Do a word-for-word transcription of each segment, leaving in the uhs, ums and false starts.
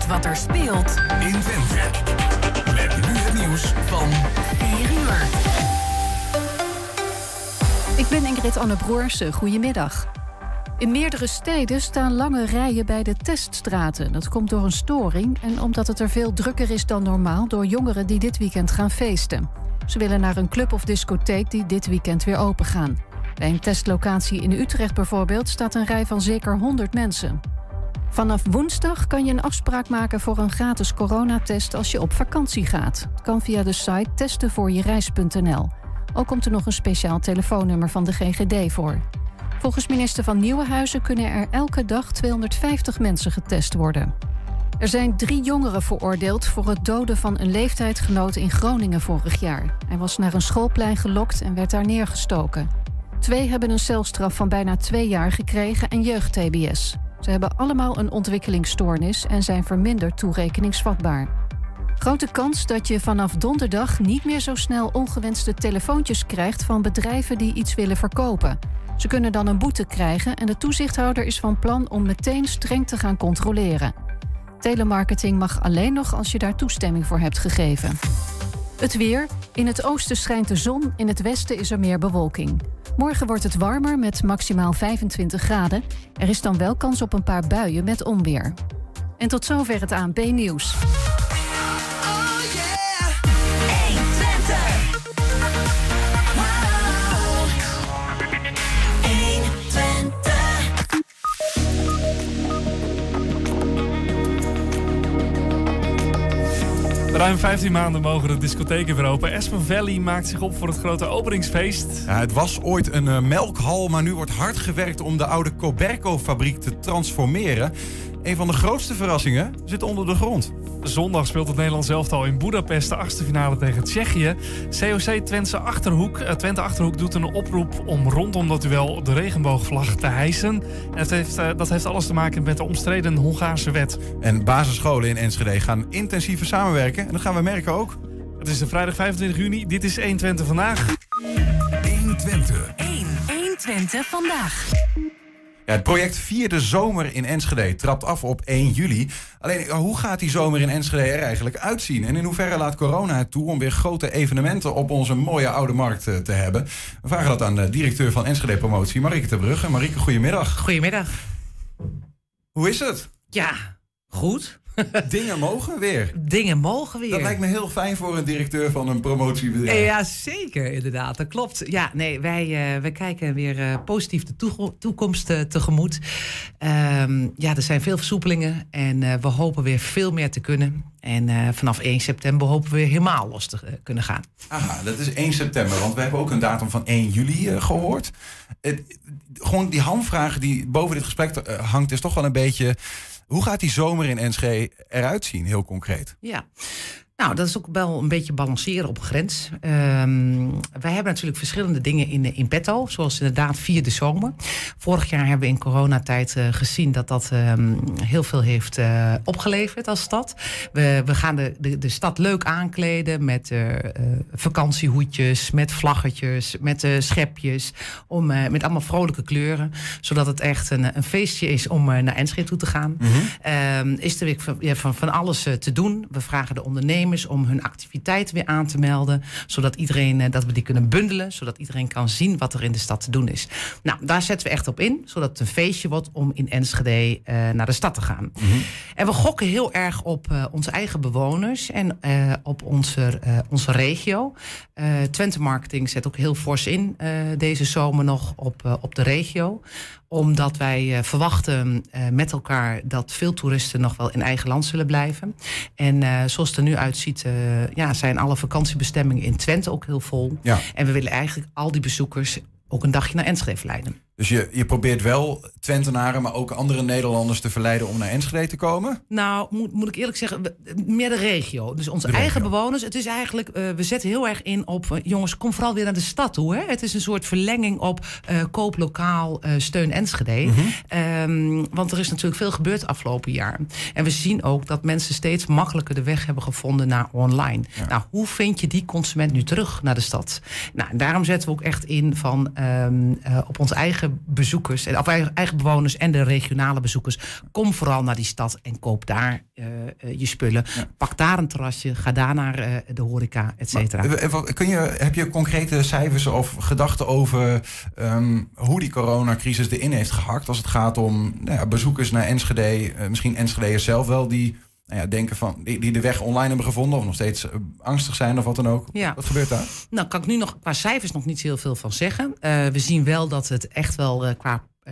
weet wat er speelt in Twente. Met nu het nieuws van vier uur. Ik ben Ingrid Anne Broersen. Goedemiddag. In meerdere steden staan lange rijen bij de teststraten. Dat komt door een storing en omdat het er veel drukker is dan normaal door jongeren die dit weekend gaan feesten. Ze willen naar een club of discotheek die dit weekend weer open gaan. Bij een testlocatie in Utrecht bijvoorbeeld staat een rij van zeker honderd mensen. Vanaf woensdag kan je een afspraak maken voor een gratis coronatest als je op vakantie gaat. Het kan via de site testen voor je reis punt n l. Ook komt er nog een speciaal telefoonnummer van de G G D voor. Volgens minister van Nieuwenhuizen kunnen er elke dag tweehonderdvijftig mensen getest worden. Er zijn drie jongeren veroordeeld voor het doden van een leeftijdsgenoot in Groningen vorig jaar. Hij was naar een schoolplein gelokt en werd daar neergestoken. Twee hebben een celstraf van bijna twee jaar gekregen en jeugd-T B S. Ze hebben allemaal een ontwikkelingsstoornis en zijn verminderd toerekeningsvatbaar. Grote kans dat je vanaf donderdag niet meer zo snel ongewenste telefoontjes krijgt van bedrijven die iets willen verkopen. Ze kunnen dan een boete krijgen en de toezichthouder is van plan om meteen streng te gaan controleren. Telemarketing mag alleen nog als je daar toestemming voor hebt gegeven. Het weer. In het oosten schijnt de zon, in het westen is er meer bewolking. Morgen wordt het warmer met maximaal vijfentwintig graden. Er is dan wel kans op een paar buien met onweer. En tot zover het A N P-nieuws. Ruim vijftien maanden mogen de discotheken weer open. Aspen Valley maakt zich op voor het grote openingsfeest. Ja, het was ooit een uh, melkhal, maar nu wordt hard gewerkt om de oude Coberco-fabriek te transformeren. Een van de grootste verrassingen zit onder de grond. Zondag speelt het Nederlands elftal in Boedapest de achtste finale tegen Tsjechië. C O C Twente Achterhoek, uh, Twente Achterhoek doet een oproep om rondom dat duel de regenboogvlag te hijsen. En het heeft, uh, dat heeft alles te maken met de omstreden Hongaarse wet. En basisscholen in Enschede gaan intensiever samenwerken. En dat gaan we merken ook. Het is de vrijdag vijfentwintig juni. Dit is één Twente vandaag. één Twente. één Twente vandaag. Ja, het project Vierde Zomer in Enschede trapt af op één juli. Alleen, hoe gaat die zomer in Enschede er eigenlijk uitzien? En in hoeverre laat corona het toe om weer grote evenementen op onze mooie oude markt te hebben? We vragen dat aan de directeur van Enschede Promotie, Marieke ter Brugge. Marieke, goedemiddag. Goedemiddag. Hoe is het? Ja, goed. Dingen mogen weer. Dingen mogen weer. Dat lijkt me heel fijn voor een directeur van een promotiebedrijf. Ja, zeker, inderdaad. Dat klopt. Ja, nee, wij, uh, wij kijken weer uh, positief de toeg- toekomst uh, tegemoet. Um, ja, er zijn veel versoepelingen en uh, we hopen weer veel meer te kunnen. En uh, vanaf één september hopen we weer helemaal los te uh, kunnen gaan. Aha, dat is één september, want we hebben ook een datum van één juli uh, gehoord. Uh, gewoon die hamvraag die boven dit gesprek uh, hangt is toch wel een beetje... Hoe gaat die zomer in Enschede eruit zien, heel concreet? Ja, nou, dat is ook wel een beetje balanceren op een grens. Um, wij hebben natuurlijk verschillende dingen in, in petto, zoals inderdaad Vierde Zomer. Vorig jaar hebben we in coronatijd uh, gezien dat dat um, heel veel heeft uh, opgeleverd als stad. We, we gaan de, de, de stad leuk aankleden met uh, uh, vakantiehoedjes, met vlaggetjes, met uh, schepjes, om, uh, met allemaal vrolijke kleuren, zodat het echt een, een feestje is om uh, naar Enschede toe te gaan. Mm-hmm. Um, is er weer van, ja, van, van alles uh, te doen. We vragen de ondernemers om hun activiteiten weer aan te melden, zodat iedereen, dat we die kunnen bundelen, zodat iedereen kan zien wat er in de stad te doen is. Nou, daar zetten we echt op in, zodat het een feestje wordt om in Enschede uh, naar de stad te gaan. Mm-hmm. En we gokken heel erg op uh, onze eigen bewoners en uh, op onze, uh, onze regio. Uh, Twente Marketing zet ook heel fors in uh, deze zomer nog op, uh, op de regio. Omdat wij uh, verwachten uh, met elkaar dat veel toeristen nog wel in eigen land zullen blijven. En uh, zoals het er nu uitziet, uh, ja, zijn alle vakantiebestemmingen in Twente ook heel vol. Ja. En we willen eigenlijk al die bezoekers ook een dagje naar Enschede verleiden. Dus je, je probeert wel Twentenaren, maar ook andere Nederlanders te verleiden om naar Enschede te komen? Nou, moet, moet ik eerlijk zeggen, meer de regio. Dus onze de eigen regio. bewoners. Het is eigenlijk, uh, we zetten heel erg in op, uh, jongens, kom vooral weer naar de stad toe. Hè? Het is een soort verlenging op uh, koop lokaal, uh, steun Enschede. Mm-hmm. Um, want er is natuurlijk veel gebeurd afgelopen jaar. En we zien ook dat mensen steeds makkelijker de weg hebben gevonden naar online. Ja. Nou, hoe vind je die consument nu terug naar de stad? Nou, daarom zetten we ook echt in van um, uh, op ons eigen eigen bezoekers, en of eigen, eigen bewoners en de regionale bezoekers, kom vooral naar die stad en koop daar uh, uh, je spullen. Ja. Pak daar een terrasje, ga daar naar uh, de horeca, et cetera. Maar, kun je, heb je concrete cijfers of gedachten over um, hoe die coronacrisis erin heeft gehakt als het gaat om nou ja, bezoekers naar Enschede, uh, misschien Enschede'ers zelf wel, die Nou ja, denken van die, die de weg online hebben gevonden of nog steeds uh, angstig zijn of wat dan ook. Ja. Wat gebeurt daar? Nou, kan ik nu nog qua cijfers nog niet heel veel van zeggen. Uh, we zien wel dat het echt wel uh, qua Uh,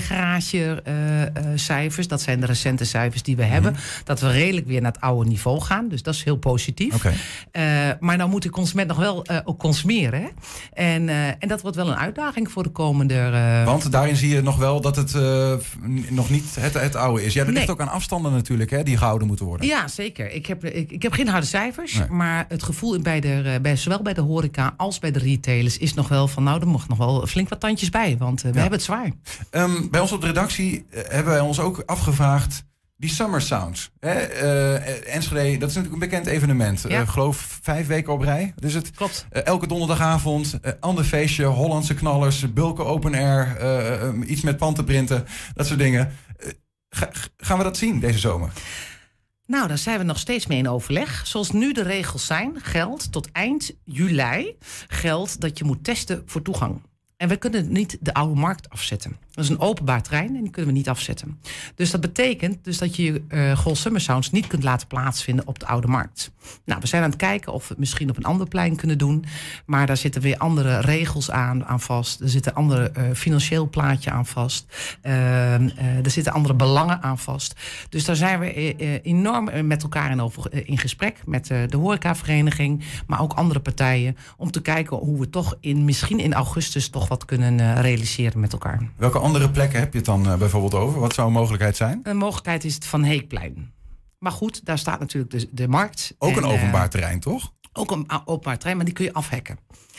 parkeergarage-cijfers, uh, uh, dat zijn de recente cijfers die we mm-hmm. hebben, dat we redelijk weer naar het oude niveau gaan. Dus dat is heel positief. Okay. Uh, maar nou moet de consument nog wel uh, ook consumeren. Hè? En, uh, en dat wordt wel een uitdaging voor de komende... Uh... Want daarin zie je nog wel dat het uh, nog niet het, het oude is. Ja, dat nee. ligt ook aan afstanden natuurlijk, hè, die gehouden moeten worden. Ja, zeker. Ik heb, ik, ik heb geen harde cijfers, nee. maar het gevoel bij de, bij, zowel bij de horeca als bij de retailers is nog wel van, nou, er mocht nog wel flink wat tandjes bij, want uh, we ja. hebben het zwaar. Um, bij ons op de redactie uh, hebben wij ons ook afgevraagd, die Summer Sounds. Hè? Uh, Enschede, dat is natuurlijk een bekend evenement. Ik ja. uh, geloof vijf weken op rij. Dus het, Klopt. Uh, elke donderdagavond, uh, ander feestje, Hollandse knallers, Bulken Open Air, uh, um, iets met pantenprinten, dat soort dingen. Uh, ga, gaan we dat zien deze zomer? Nou, daar zijn we nog steeds mee in overleg. Zoals nu de regels zijn, geldt tot eind juli geldt dat je moet testen voor toegang. En we kunnen niet de oude markt afzetten. Dat is een openbaar terrein en die kunnen we niet afzetten. Dus dat betekent dus dat je uh, Gold Summer Sounds niet kunt laten plaatsvinden op de oude markt. Nou, we zijn aan het kijken of we het misschien op een ander plein kunnen doen. Maar daar zitten weer andere regels aan, aan vast. Er zit een ander uh, financieel plaatje aan vast. Uh, uh, er zitten andere belangen aan vast. Dus daar zijn we uh, enorm met elkaar in, over, uh, in gesprek. Met uh, de horecavereniging, maar ook andere partijen. Om te kijken hoe we toch in, misschien in augustus toch wat kunnen uh, realiseren met elkaar. Welke andere plekken heb je het dan uh, bijvoorbeeld over? Wat zou een mogelijkheid zijn? Een mogelijkheid is het Van Heekplein. Maar goed, daar staat natuurlijk de, de markt. Ook en, een openbaar uh, terrein, toch? Ook een openbaar terrein, maar die kun je afhacken.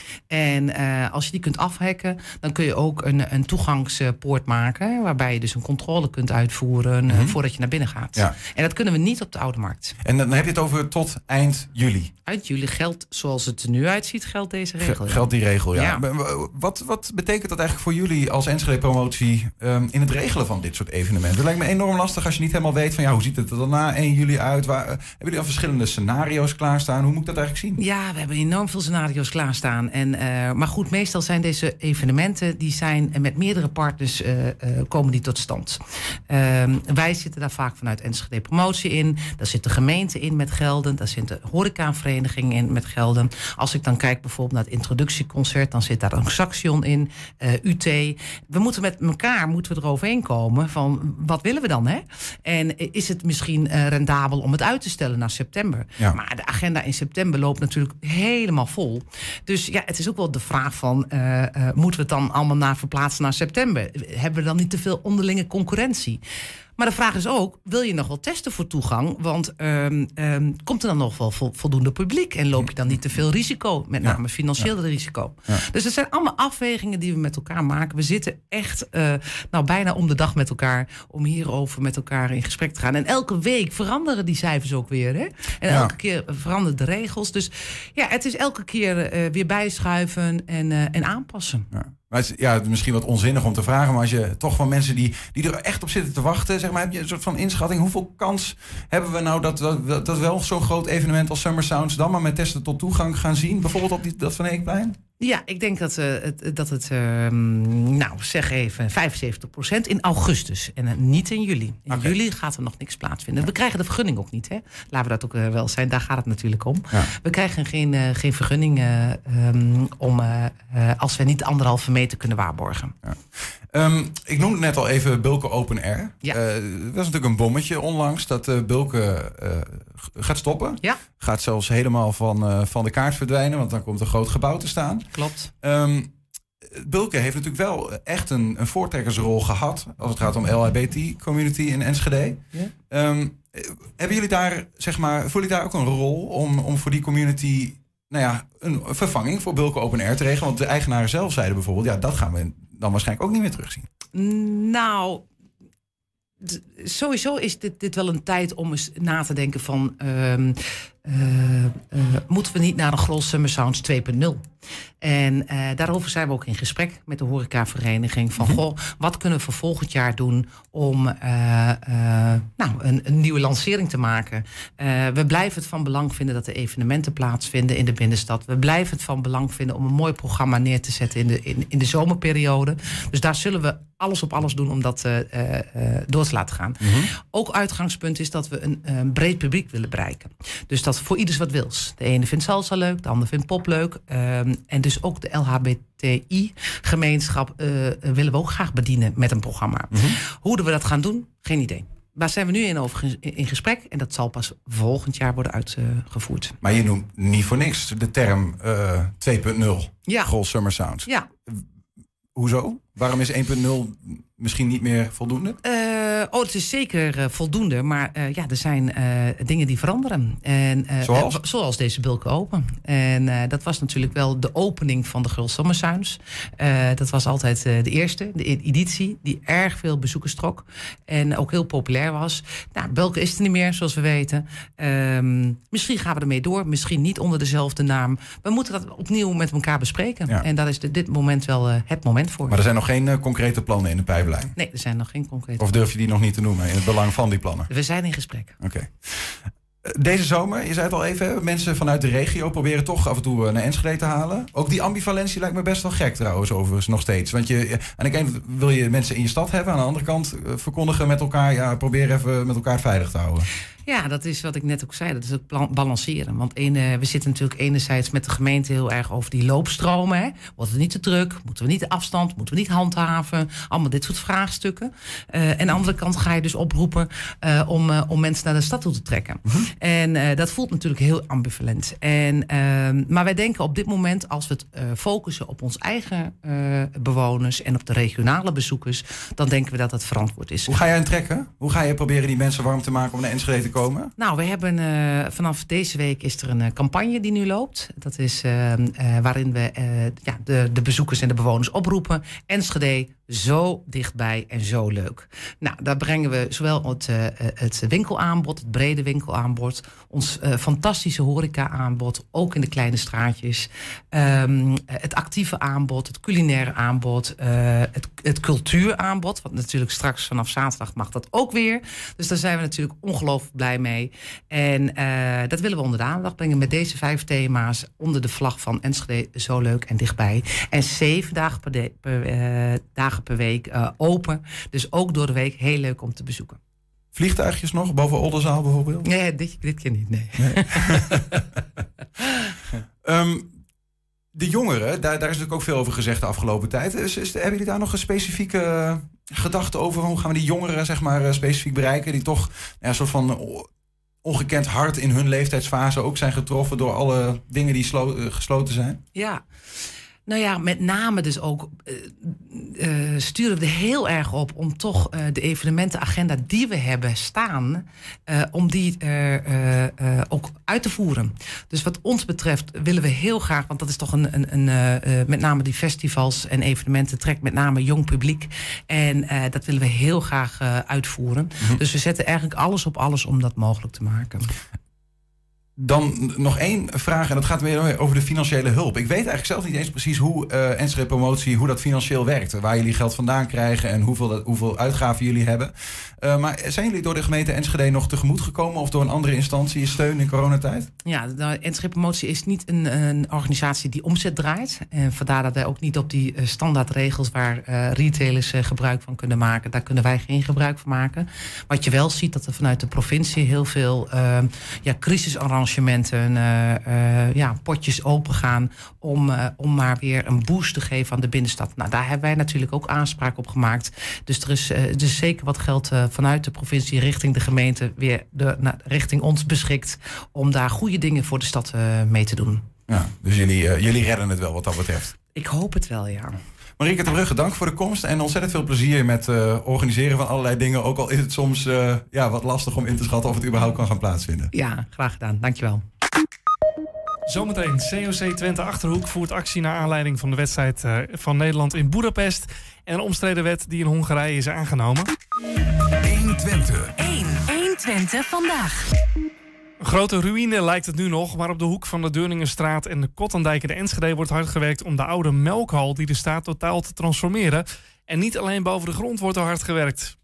En uh, als je die kunt afhacken, dan kun je ook een, een toegangspoort maken, waarbij je dus een controle kunt uitvoeren mm-hmm. uh, voordat je naar binnen gaat. Ja. En dat kunnen we niet op de oude markt. En dan heb je het over tot eind juli? Eind juli geldt, zoals het er nu uitziet, geldt deze regel. Geldt die regel, ja. ja. Wat, wat betekent dat eigenlijk voor jullie als Enschede Promotie um, in het regelen van dit soort evenementen? Het lijkt me enorm lastig als je niet helemaal weet van, ja, hoe ziet het er dan na één juli uit? Waar, uh, hebben jullie al verschillende scenario's klaarstaan? Hoe moet ik dat eigenlijk zien? Ja, we hebben enorm veel scenario's klaarstaan. En, uh, maar goed, meestal zijn deze evenementen, die zijn met meerdere partners uh, uh, komen die tot stand. Uh, wij zitten daar vaak vanuit Enschede Promotie in. Daar zit de gemeente in met gelden. Daar zit de horecavereniging in met gelden. Als ik dan kijk bijvoorbeeld naar het introductieconcert, dan zit daar een Saxion in, uh, U T. We moeten met elkaar moeten we eroverheen komen van wat willen we dan, hè? En is het misschien uh, rendabel om het uit te stellen naar september? Ja. Maar de agenda in september loopt natuurlijk helemaal vol. Dus ja, het is ook wel de vraag van, uh, uh, moeten we het dan allemaal naar verplaatsen naar september? Hebben we dan niet te veel onderlinge concurrentie? Maar de vraag is ook, wil je nog wel testen voor toegang? Want um, um, komt er dan nog wel vo- voldoende publiek? En loop je dan niet te veel risico? Met name ja. financieel ja. risico. Ja. Dus het zijn allemaal afwegingen die we met elkaar maken. We zitten echt uh, nou, bijna om de dag met elkaar om hierover met elkaar in gesprek te gaan. En elke week veranderen die cijfers ook weer. Hè? En ja. elke keer veranderen de regels. Dus ja, het is elke keer uh, weer bijschuiven en, uh, en aanpassen. Ja. Maar het is ja, misschien wat onzinnig om te vragen, maar als je toch van mensen die, die er echt op zitten te wachten, zeg maar, heb je een soort van inschatting. Hoeveel kans hebben we nou dat we dat wel zo'n groot evenement als Summer Sounds dan maar met testen tot toegang gaan zien? Bijvoorbeeld op die, dat Van Heekplein? Ja, ik denk dat, uh, het, dat het, uh, nou zeg even, vijfenzeventig procent in augustus en uh, niet in juli. In okay. juli gaat er nog niks plaatsvinden. We krijgen de vergunning ook niet, hè? Laten we dat ook uh, wel zijn, daar gaat het natuurlijk om. Ja. We krijgen geen, uh, geen vergunning uh, um, om, uh, uh, als we niet anderhalve meter kunnen waarborgen. Ja. Um, ik noemde net al even Bulken Open Air. Ja. Uh, dat was natuurlijk een bommetje onlangs dat uh, Bulken uh, gaat stoppen. Ja. Gaat zelfs helemaal van, uh, van de kaart verdwijnen, want dan komt een groot gebouw te staan. Klopt. Um, Bulken heeft natuurlijk wel echt een, een voortrekkersrol gehad als het gaat om L H B T-community in Enschede. Ja. Um, hebben jullie daar, zeg maar, voelen jullie daar ook een rol om, om voor die community, nou ja, een vervanging voor Bulken Open Air te regelen? Want de eigenaren zelf zeiden bijvoorbeeld, ja, dat gaan we dan waarschijnlijk ook niet meer terugzien. Nou, d- sowieso is dit, dit wel een tijd om eens na te denken van, Um, uh, uh, moeten we niet naar een Grol Summer Sounds twee punt nul? En uh, daarover zijn we ook in gesprek met de horecavereniging. Van, goh, wat kunnen we voor volgend jaar doen om uh, uh, nou, een, een nieuwe lancering te maken? Uh, we blijven het van belang vinden dat er evenementen plaatsvinden in de binnenstad. We blijven het van belang vinden om een mooi programma neer te zetten in de, in, in de zomerperiode. Dus daar zullen we alles op alles doen om dat uh, uh, door te laten gaan. Mm-hmm. Ook uitgangspunt is dat we een, een breed publiek willen bereiken. Dus dat voor ieders wat wils. De ene vindt salsa leuk, de ander vindt pop leuk. Um, en dus ook de L H B T I-gemeenschap uh, willen we ook graag bedienen met een programma. Mm-hmm. Hoe we dat gaan doen, geen idee. Daar zijn we nu in over in gesprek. En dat zal pas volgend jaar worden uitgevoerd. Maar je noemt niet voor niks de term uh, twee punt nul. Ja. Grol Summer Sounds. Ja. Hoezo? Waarom is één punt nul misschien niet meer voldoende? Uh, oh, het is zeker uh, voldoende. Maar uh, ja, er zijn uh, dingen die veranderen. En, uh, zoals? Uh, zoals deze Bulken Open. En uh, dat was natuurlijk wel de opening van de Grol Summer Sounds. Uh, dat was altijd uh, de eerste, de editie, die erg veel bezoekers trok. En ook heel populair was. Nou, Bulken is er niet meer, zoals we weten. Um, misschien gaan we ermee door. Misschien niet onder dezelfde naam. We moeten dat opnieuw met elkaar bespreken. Ja. En daar is de, dit moment wel uh, het moment voor. Maar er zijn nog geen uh, concrete plannen in de pijplijn? Nee, er zijn nog geen concrete. Of durf je die nog niet te noemen in het belang van die plannen? We zijn in gesprek. Oké. Okay. Deze zomer, je zei het al even, mensen vanuit de regio proberen toch af en toe naar Enschede te halen. Ook die ambivalentie lijkt me best wel gek trouwens, overigens nog steeds. Want je, aan de ene kant wil je mensen in je stad hebben, aan de andere kant verkondigen met elkaar, ja, probeer even met elkaar veilig te houden. Ja, dat is wat ik net ook zei. Dat is ook balanceren. Want ene, we zitten natuurlijk enerzijds met de gemeente heel erg over die loopstromen. Hè. Wordt het niet te druk? Moeten we niet de afstand? Moeten we niet handhaven? Allemaal dit soort vraagstukken. Uh, en aan de andere kant ga je dus oproepen uh, om, uh, om mensen naar de stad toe te trekken. Mm-hmm. En uh, dat voelt natuurlijk heel ambivalent. En, uh, maar wij denken op dit moment, als we het uh, focussen op ons eigen uh, bewoners en op de regionale bezoekers, dan denken we dat dat verantwoord is. Hoe ga jij aan trekken? Hoe ga je proberen die mensen warm te maken om naar Enschede te komen? Nou, we hebben uh, vanaf deze week is er een uh, campagne die nu loopt. Dat is uh, uh, waarin we uh, ja, de, de bezoekers en de bewoners oproepen. Enschede, zo dichtbij en zo leuk. Nou, daar brengen we zowel het, uh, het winkelaanbod, het brede winkelaanbod, ons uh, fantastische horeca-aanbod, ook in de kleine straatjes. Um, het actieve aanbod, het culinaire aanbod, uh, het, het cultuuraanbod. Want natuurlijk straks vanaf zaterdag mag dat ook weer. Dus daar zijn we natuurlijk ongelooflijk blij mee. En uh, dat willen we onder de aandacht brengen met deze vijf thema's onder de vlag van Enschede, zo leuk en dichtbij. En zeven dagen per, de, per, uh, dagen per week uh, open. Dus ook door de week heel leuk om te bezoeken. Vliegtuigjes nog, boven Oldenzaal bijvoorbeeld? Nee, dit, dit keer niet, nee. nee. um, de jongeren, daar, daar is natuurlijk ook veel over gezegd de afgelopen tijd. Is, is, hebben jullie daar nog een specifieke uh, gedachte over? Hoe gaan we die jongeren zeg maar, uh, specifiek bereiken? Die toch ja, een soort van ongekend hard in hun leeftijdsfase ook zijn getroffen door alle dingen die slo- uh, gesloten zijn? Ja. Nou ja, met name dus ook uh, uh, sturen we er heel erg op om toch uh, de evenementenagenda die we hebben staan, uh, om die uh, uh, uh, ook uit te voeren. Dus wat ons betreft willen we heel graag, want dat is toch een, een, een uh, met name die festivals en evenementen trekt met name jong publiek. En uh, dat willen we heel graag uh, uitvoeren. Mm-hmm. Dus we zetten eigenlijk alles op alles om dat mogelijk te maken. Dan nog één vraag, en dat gaat weer over de financiële hulp. Ik weet eigenlijk zelf niet eens precies hoe uh, Enschede Promotie, hoe dat financieel werkt. Waar jullie geld vandaan krijgen en hoeveel, dat, hoeveel uitgaven jullie hebben. Uh, maar zijn jullie door de gemeente Enschede nog tegemoet gekomen of door een andere instantie steun in coronatijd? Ja, de Enschede Promotie is niet een, een organisatie die omzet draait. En vandaar dat wij ook niet op die uh, standaardregels waar uh, retailers uh, gebruik van kunnen maken. Daar kunnen wij geen gebruik van maken. Wat je wel ziet, dat er vanuit de provincie heel veel uh, ja, crisisarrangementen, uh, uh, ja, potjes open gaan om, uh, om maar weer een boost te geven aan de binnenstad. Nou, daar hebben wij natuurlijk ook aanspraak op gemaakt. Dus er is, uh, er is zeker wat geld uh, vanuit de provincie richting de gemeente weer de, nou, richting ons beschikt om daar goede dingen voor de stad uh, mee te doen. Ja, dus jullie, uh, jullie redden het wel wat dat betreft? Ik hoop het wel, ja. Marieke ter Brugge, dank voor de komst en ontzettend veel plezier met uh, organiseren van allerlei dingen. Ook al is het soms uh, ja, wat lastig om in te schatten of het überhaupt kan gaan plaatsvinden. Ja, graag gedaan. Dankjewel. Zometeen, C O C Twente Achterhoek voert actie naar aanleiding van de wedstrijd uh, van Nederland in Boedapest. En een omstreden wet die in Hongarije is aangenomen. één Twente. één Twente vandaag. Een grote ruïne lijkt het nu nog, maar op de hoek van de Deurningenstraat en de Kottendijk in de Enschede wordt hard gewerkt om de oude melkhal die er staat totaal te transformeren. En niet alleen boven de grond wordt er hard gewerkt.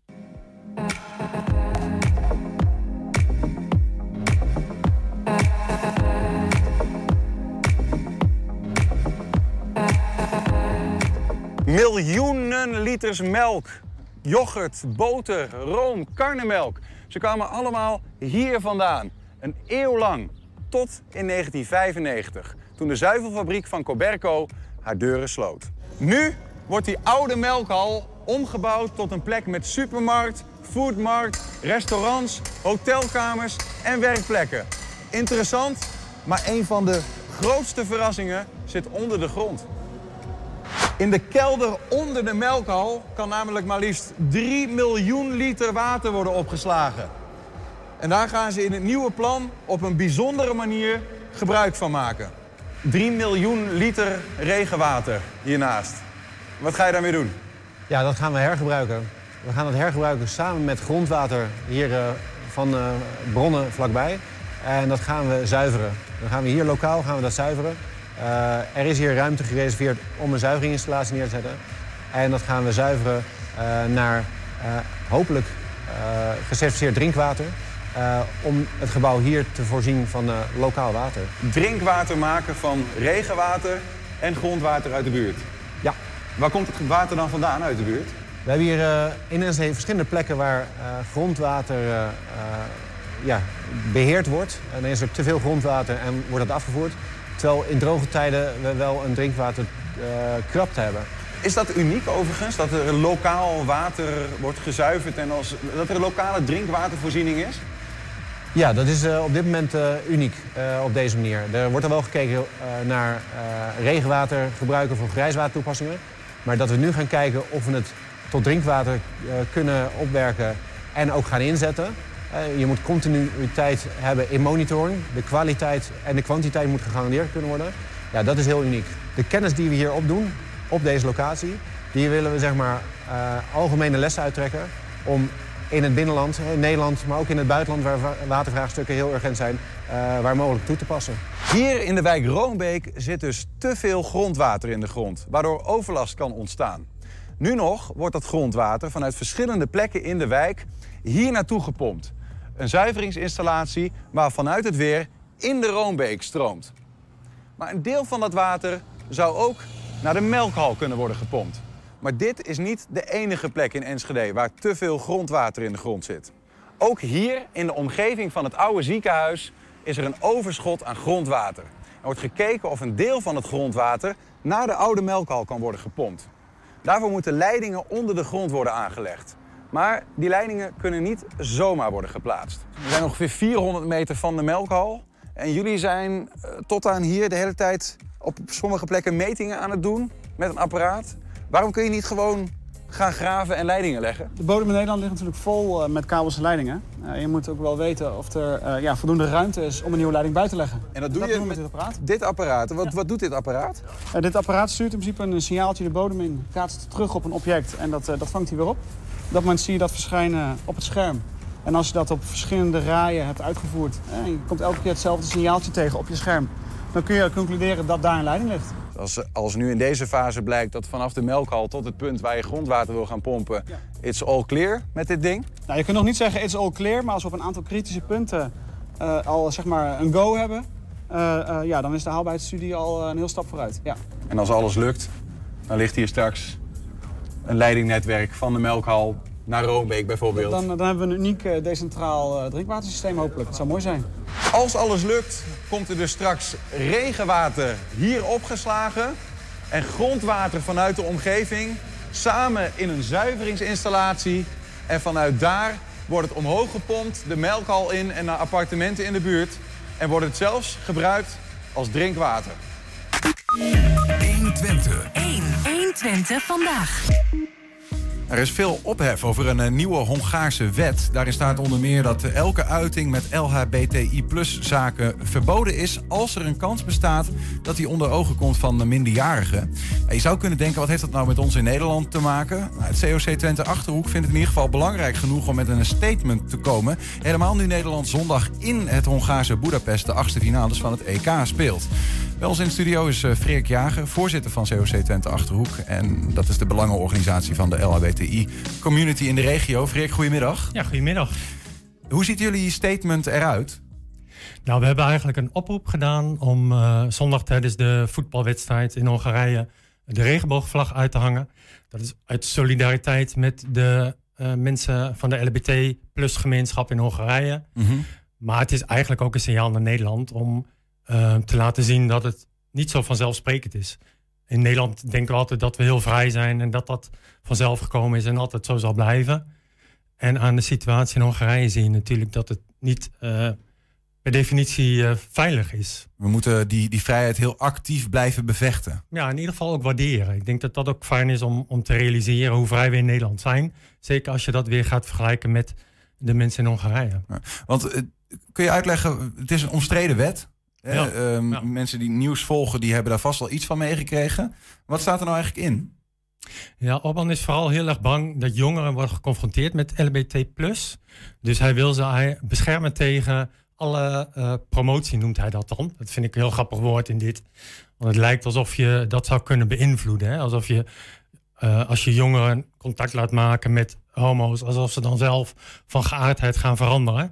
Miljoenen liters melk, yoghurt, boter, room, karnemelk. Ze kwamen allemaal hier vandaan. Een eeuw lang, tot in negentien vijfennegentig, toen de zuivelfabriek van Coberco haar deuren sloot. Nu wordt die oude melkhal omgebouwd tot een plek met supermarkt, foodmarkt, restaurants, hotelkamers en werkplekken. Interessant, maar een van de grootste verrassingen zit onder de grond. In de kelder onder de melkhal kan namelijk maar liefst drie miljoen liter water worden opgeslagen. En daar gaan ze in het nieuwe plan op een bijzondere manier gebruik van maken. drie miljoen liter regenwater hiernaast. Wat ga je daarmee doen? Ja, dat gaan we hergebruiken. We gaan het hergebruiken samen met grondwater hier uh, van uh, bronnen vlakbij. En dat gaan we zuiveren. Dan gaan we hier lokaal gaan we dat zuiveren. Uh, er is hier ruimte gereserveerd om een zuiveringinstallatie neer te zetten. En dat gaan we zuiveren uh, naar uh, hopelijk uh, gecertificeerd drinkwater. Uh, om het gebouw hier te voorzien van uh, lokaal water. Drinkwater maken van regenwater en grondwater uit de buurt? Ja. Waar komt het water dan vandaan uit de buurt? We hebben hier uh, in Enschede verschillende plekken waar uh, grondwater uh, uh, ja, beheerd wordt. En dan is er te veel grondwater en wordt dat afgevoerd. Terwijl in droge tijden we wel een drinkwaterkrapte uh, hebben. Is dat uniek overigens, dat er lokaal water wordt gezuiverd en als, dat er een lokale drinkwatervoorziening is? Ja, dat is uh, op dit moment uh, uniek uh, op deze manier. Er wordt er wel gekeken uh, naar uh, regenwater gebruiken voor grijswatertoepassingen. Maar dat we nu gaan kijken of we het tot drinkwater uh, kunnen opwerken en ook gaan inzetten. Uh, je moet continuïteit hebben in monitoring. De kwaliteit en de kwantiteit moet gegarandeerd kunnen worden. Ja, dat is heel uniek. De kennis die we hier opdoen op deze locatie, die willen we zeg maar uh, algemene lessen uittrekken om in het binnenland, in Nederland, maar ook in het buitenland waar watervraagstukken heel urgent zijn, uh, waar mogelijk toe te passen. Hier in de wijk Roombeek zit dus te veel grondwater in de grond, waardoor overlast kan ontstaan. Nu nog wordt dat grondwater vanuit verschillende plekken in de wijk hier naartoe gepompt. Een zuiveringsinstallatie waar vanuit het weer in de Roombeek stroomt. Maar een deel van dat water zou ook naar de melkhal kunnen worden gepompt. Maar dit is niet de enige plek in Enschede waar te veel grondwater in de grond zit. Ook hier in de omgeving van het oude ziekenhuis is er een overschot aan grondwater. Er wordt gekeken of een deel van het grondwater naar de oude melkhal kan worden gepompt. Daarvoor moeten leidingen onder de grond worden aangelegd. Maar die leidingen kunnen niet zomaar worden geplaatst. We zijn ongeveer vierhonderd meter van de melkhal. En jullie zijn uh, tot aan hier de hele tijd op sommige plekken metingen aan het doen met een apparaat. Waarom kun je niet gewoon gaan graven en leidingen leggen? De bodem in Nederland ligt natuurlijk vol uh, met kabels en leidingen. Uh, je moet ook wel weten of er uh, ja, voldoende ruimte is om een nieuwe leiding bij te leggen. En dat doe dat je doen we met dit apparaat. Dit apparaat. Wat, Ja. wat doet dit apparaat? Uh, dit apparaat stuurt in principe een signaaltje de bodem in, kaatst terug op een object en dat, uh, dat vangt hij weer op. Op dat moment zie je dat verschijnen op het scherm. En als je dat op verschillende rijen hebt uitgevoerd uh, en je komt elke keer hetzelfde signaaltje tegen op je scherm, dan kun je concluderen dat daar een leiding ligt. Als, als nu in deze fase blijkt dat vanaf de melkhal tot het punt waar je grondwater wil gaan pompen, Ja. it's all clear met dit ding? Nou, je kunt nog niet zeggen it's all clear, maar als we op een aantal kritische punten uh, al zeg maar een go hebben, uh, uh, ja, dan is de haalbaarheidsstudie al uh, een heel stap vooruit. Ja. En als alles lukt, dan ligt hier straks een leidingnetwerk van de melkhal naar Roombeek bijvoorbeeld. Dan, dan hebben we een uniek uh, decentraal uh, drinkwatersysteem hopelijk. Dat zou mooi zijn. Als alles lukt, komt er dus straks regenwater hier opgeslagen en grondwater vanuit de omgeving samen in een zuiveringsinstallatie. En vanuit daar wordt het omhoog gepompt, de melkhal in en naar appartementen in de buurt. En wordt het zelfs gebruikt als drinkwater. honderdtwintig. één. honderdtwintig vandaag. Er is veel ophef over een uh, nieuwe Hongaarse wet. Daarin staat onder meer dat elke uiting met L H B T I plus zaken verboden is als er een kans bestaat dat die onder ogen komt van de minderjarigen. En je zou kunnen denken, wat heeft dat nou met ons in Nederland te maken? Nou, het C O C Twente Achterhoek vindt het in ieder geval belangrijk genoeg om met een statement te komen. Helemaal nu Nederland zondag in het Hongaarse Boedapest de achtste finales van het E K speelt. Bij ons in de studio is uh, Freek Jager, voorzitter van C O C Twente Achterhoek. En dat is de belangenorganisatie van de L H B T I-community in de regio. Freek, goedemiddag. Ja, goedemiddag. Hoe ziet jullie statement eruit? Nou, we hebben eigenlijk een oproep gedaan om uh, zondag tijdens de voetbalwedstrijd in Hongarije de regenboogvlag uit te hangen. Dat is uit solidariteit met de uh, mensen van de L H B T plus gemeenschap in Hongarije. Mm-hmm. Maar het is eigenlijk ook een signaal naar Nederland om uh, te laten zien dat het niet zo vanzelfsprekend is. In Nederland denken we altijd dat we heel vrij zijn en dat dat vanzelf gekomen is en altijd zo zal blijven. En aan de situatie in Hongarije zie je natuurlijk dat het niet uh, per definitie uh, veilig is. We moeten die, die vrijheid heel actief blijven bevechten. Ja, in ieder geval ook waarderen. Ik denk dat dat ook fijn is om, om te realiseren hoe vrij we in Nederland zijn. Zeker als je dat weer gaat vergelijken met de mensen in Hongarije. Ja, want uh, kun je uitleggen, het is een omstreden wet. Ja, uh, um, ja. Mensen die nieuws volgen, die hebben daar vast wel iets van meegekregen. Wat staat er nou eigenlijk in? Ja, Orbán is vooral heel erg bang dat jongeren worden geconfronteerd met L H B T plus. Dus hij wil ze beschermen tegen alle uh, promotie, noemt hij dat dan. Dat vind ik een heel grappig woord in dit. Want het lijkt alsof je dat zou kunnen beïnvloeden. Hè? Alsof je, uh, als je jongeren contact laat maken met homo's, alsof ze dan zelf van geaardheid gaan veranderen.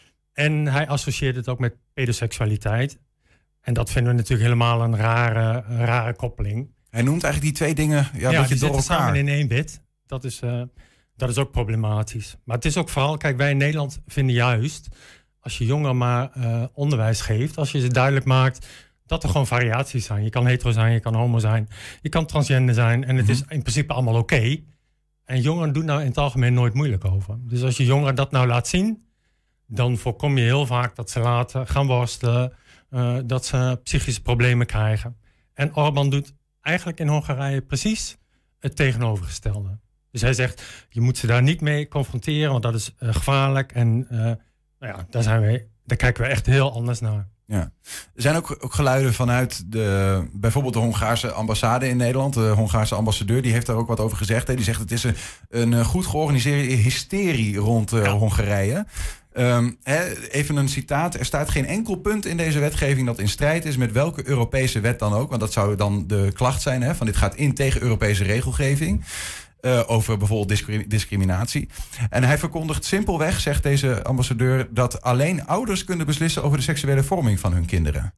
En hij associeert het ook met pedoseksualiteit. En dat vinden we natuurlijk helemaal een rare, een rare koppeling. Hij noemt eigenlijk die twee dingen ja, ja, een beetje die door elkaar. samen in één bit. Dat is, uh, dat is ook problematisch. Maar het is ook vooral, kijk, wij in Nederland vinden juist, als je jongeren maar uh, onderwijs geeft, als je ze duidelijk maakt dat er gewoon variaties zijn. Je kan hetero zijn, je kan homo zijn, je kan transgender zijn. En het mm-hmm. is in principe allemaal oké. Okay. En jongeren doen daar in het algemeen nooit moeilijk over. Dus als je jongeren dat nou laat zien, dan voorkom je heel vaak dat ze laten gaan worstelen, uh, dat ze psychische problemen krijgen. En Orbán doet eigenlijk in Hongarije precies het tegenovergestelde. Dus hij zegt, je moet ze daar niet mee confronteren, want dat is uh, gevaarlijk. En uh, nou ja, daar, zijn we, daar kijken we echt heel anders naar. Ja. Er zijn ook, ook geluiden vanuit de, bijvoorbeeld de Hongaarse ambassade in Nederland. De Hongaarse ambassadeur die heeft daar ook wat over gezegd. Hè. Die zegt, het is een, een goed georganiseerde hysterie rond uh, ja. Hongarije. Um, he, even een citaat. Er staat geen enkel punt in deze wetgeving dat in strijd is met welke Europese wet dan ook. Want dat zou dan de klacht zijn. Hè, van dit gaat in tegen Europese regelgeving. Uh, over bijvoorbeeld discri- discriminatie. En hij verkondigt simpelweg, zegt deze ambassadeur, dat alleen ouders kunnen beslissen over de seksuele vorming van hun kinderen.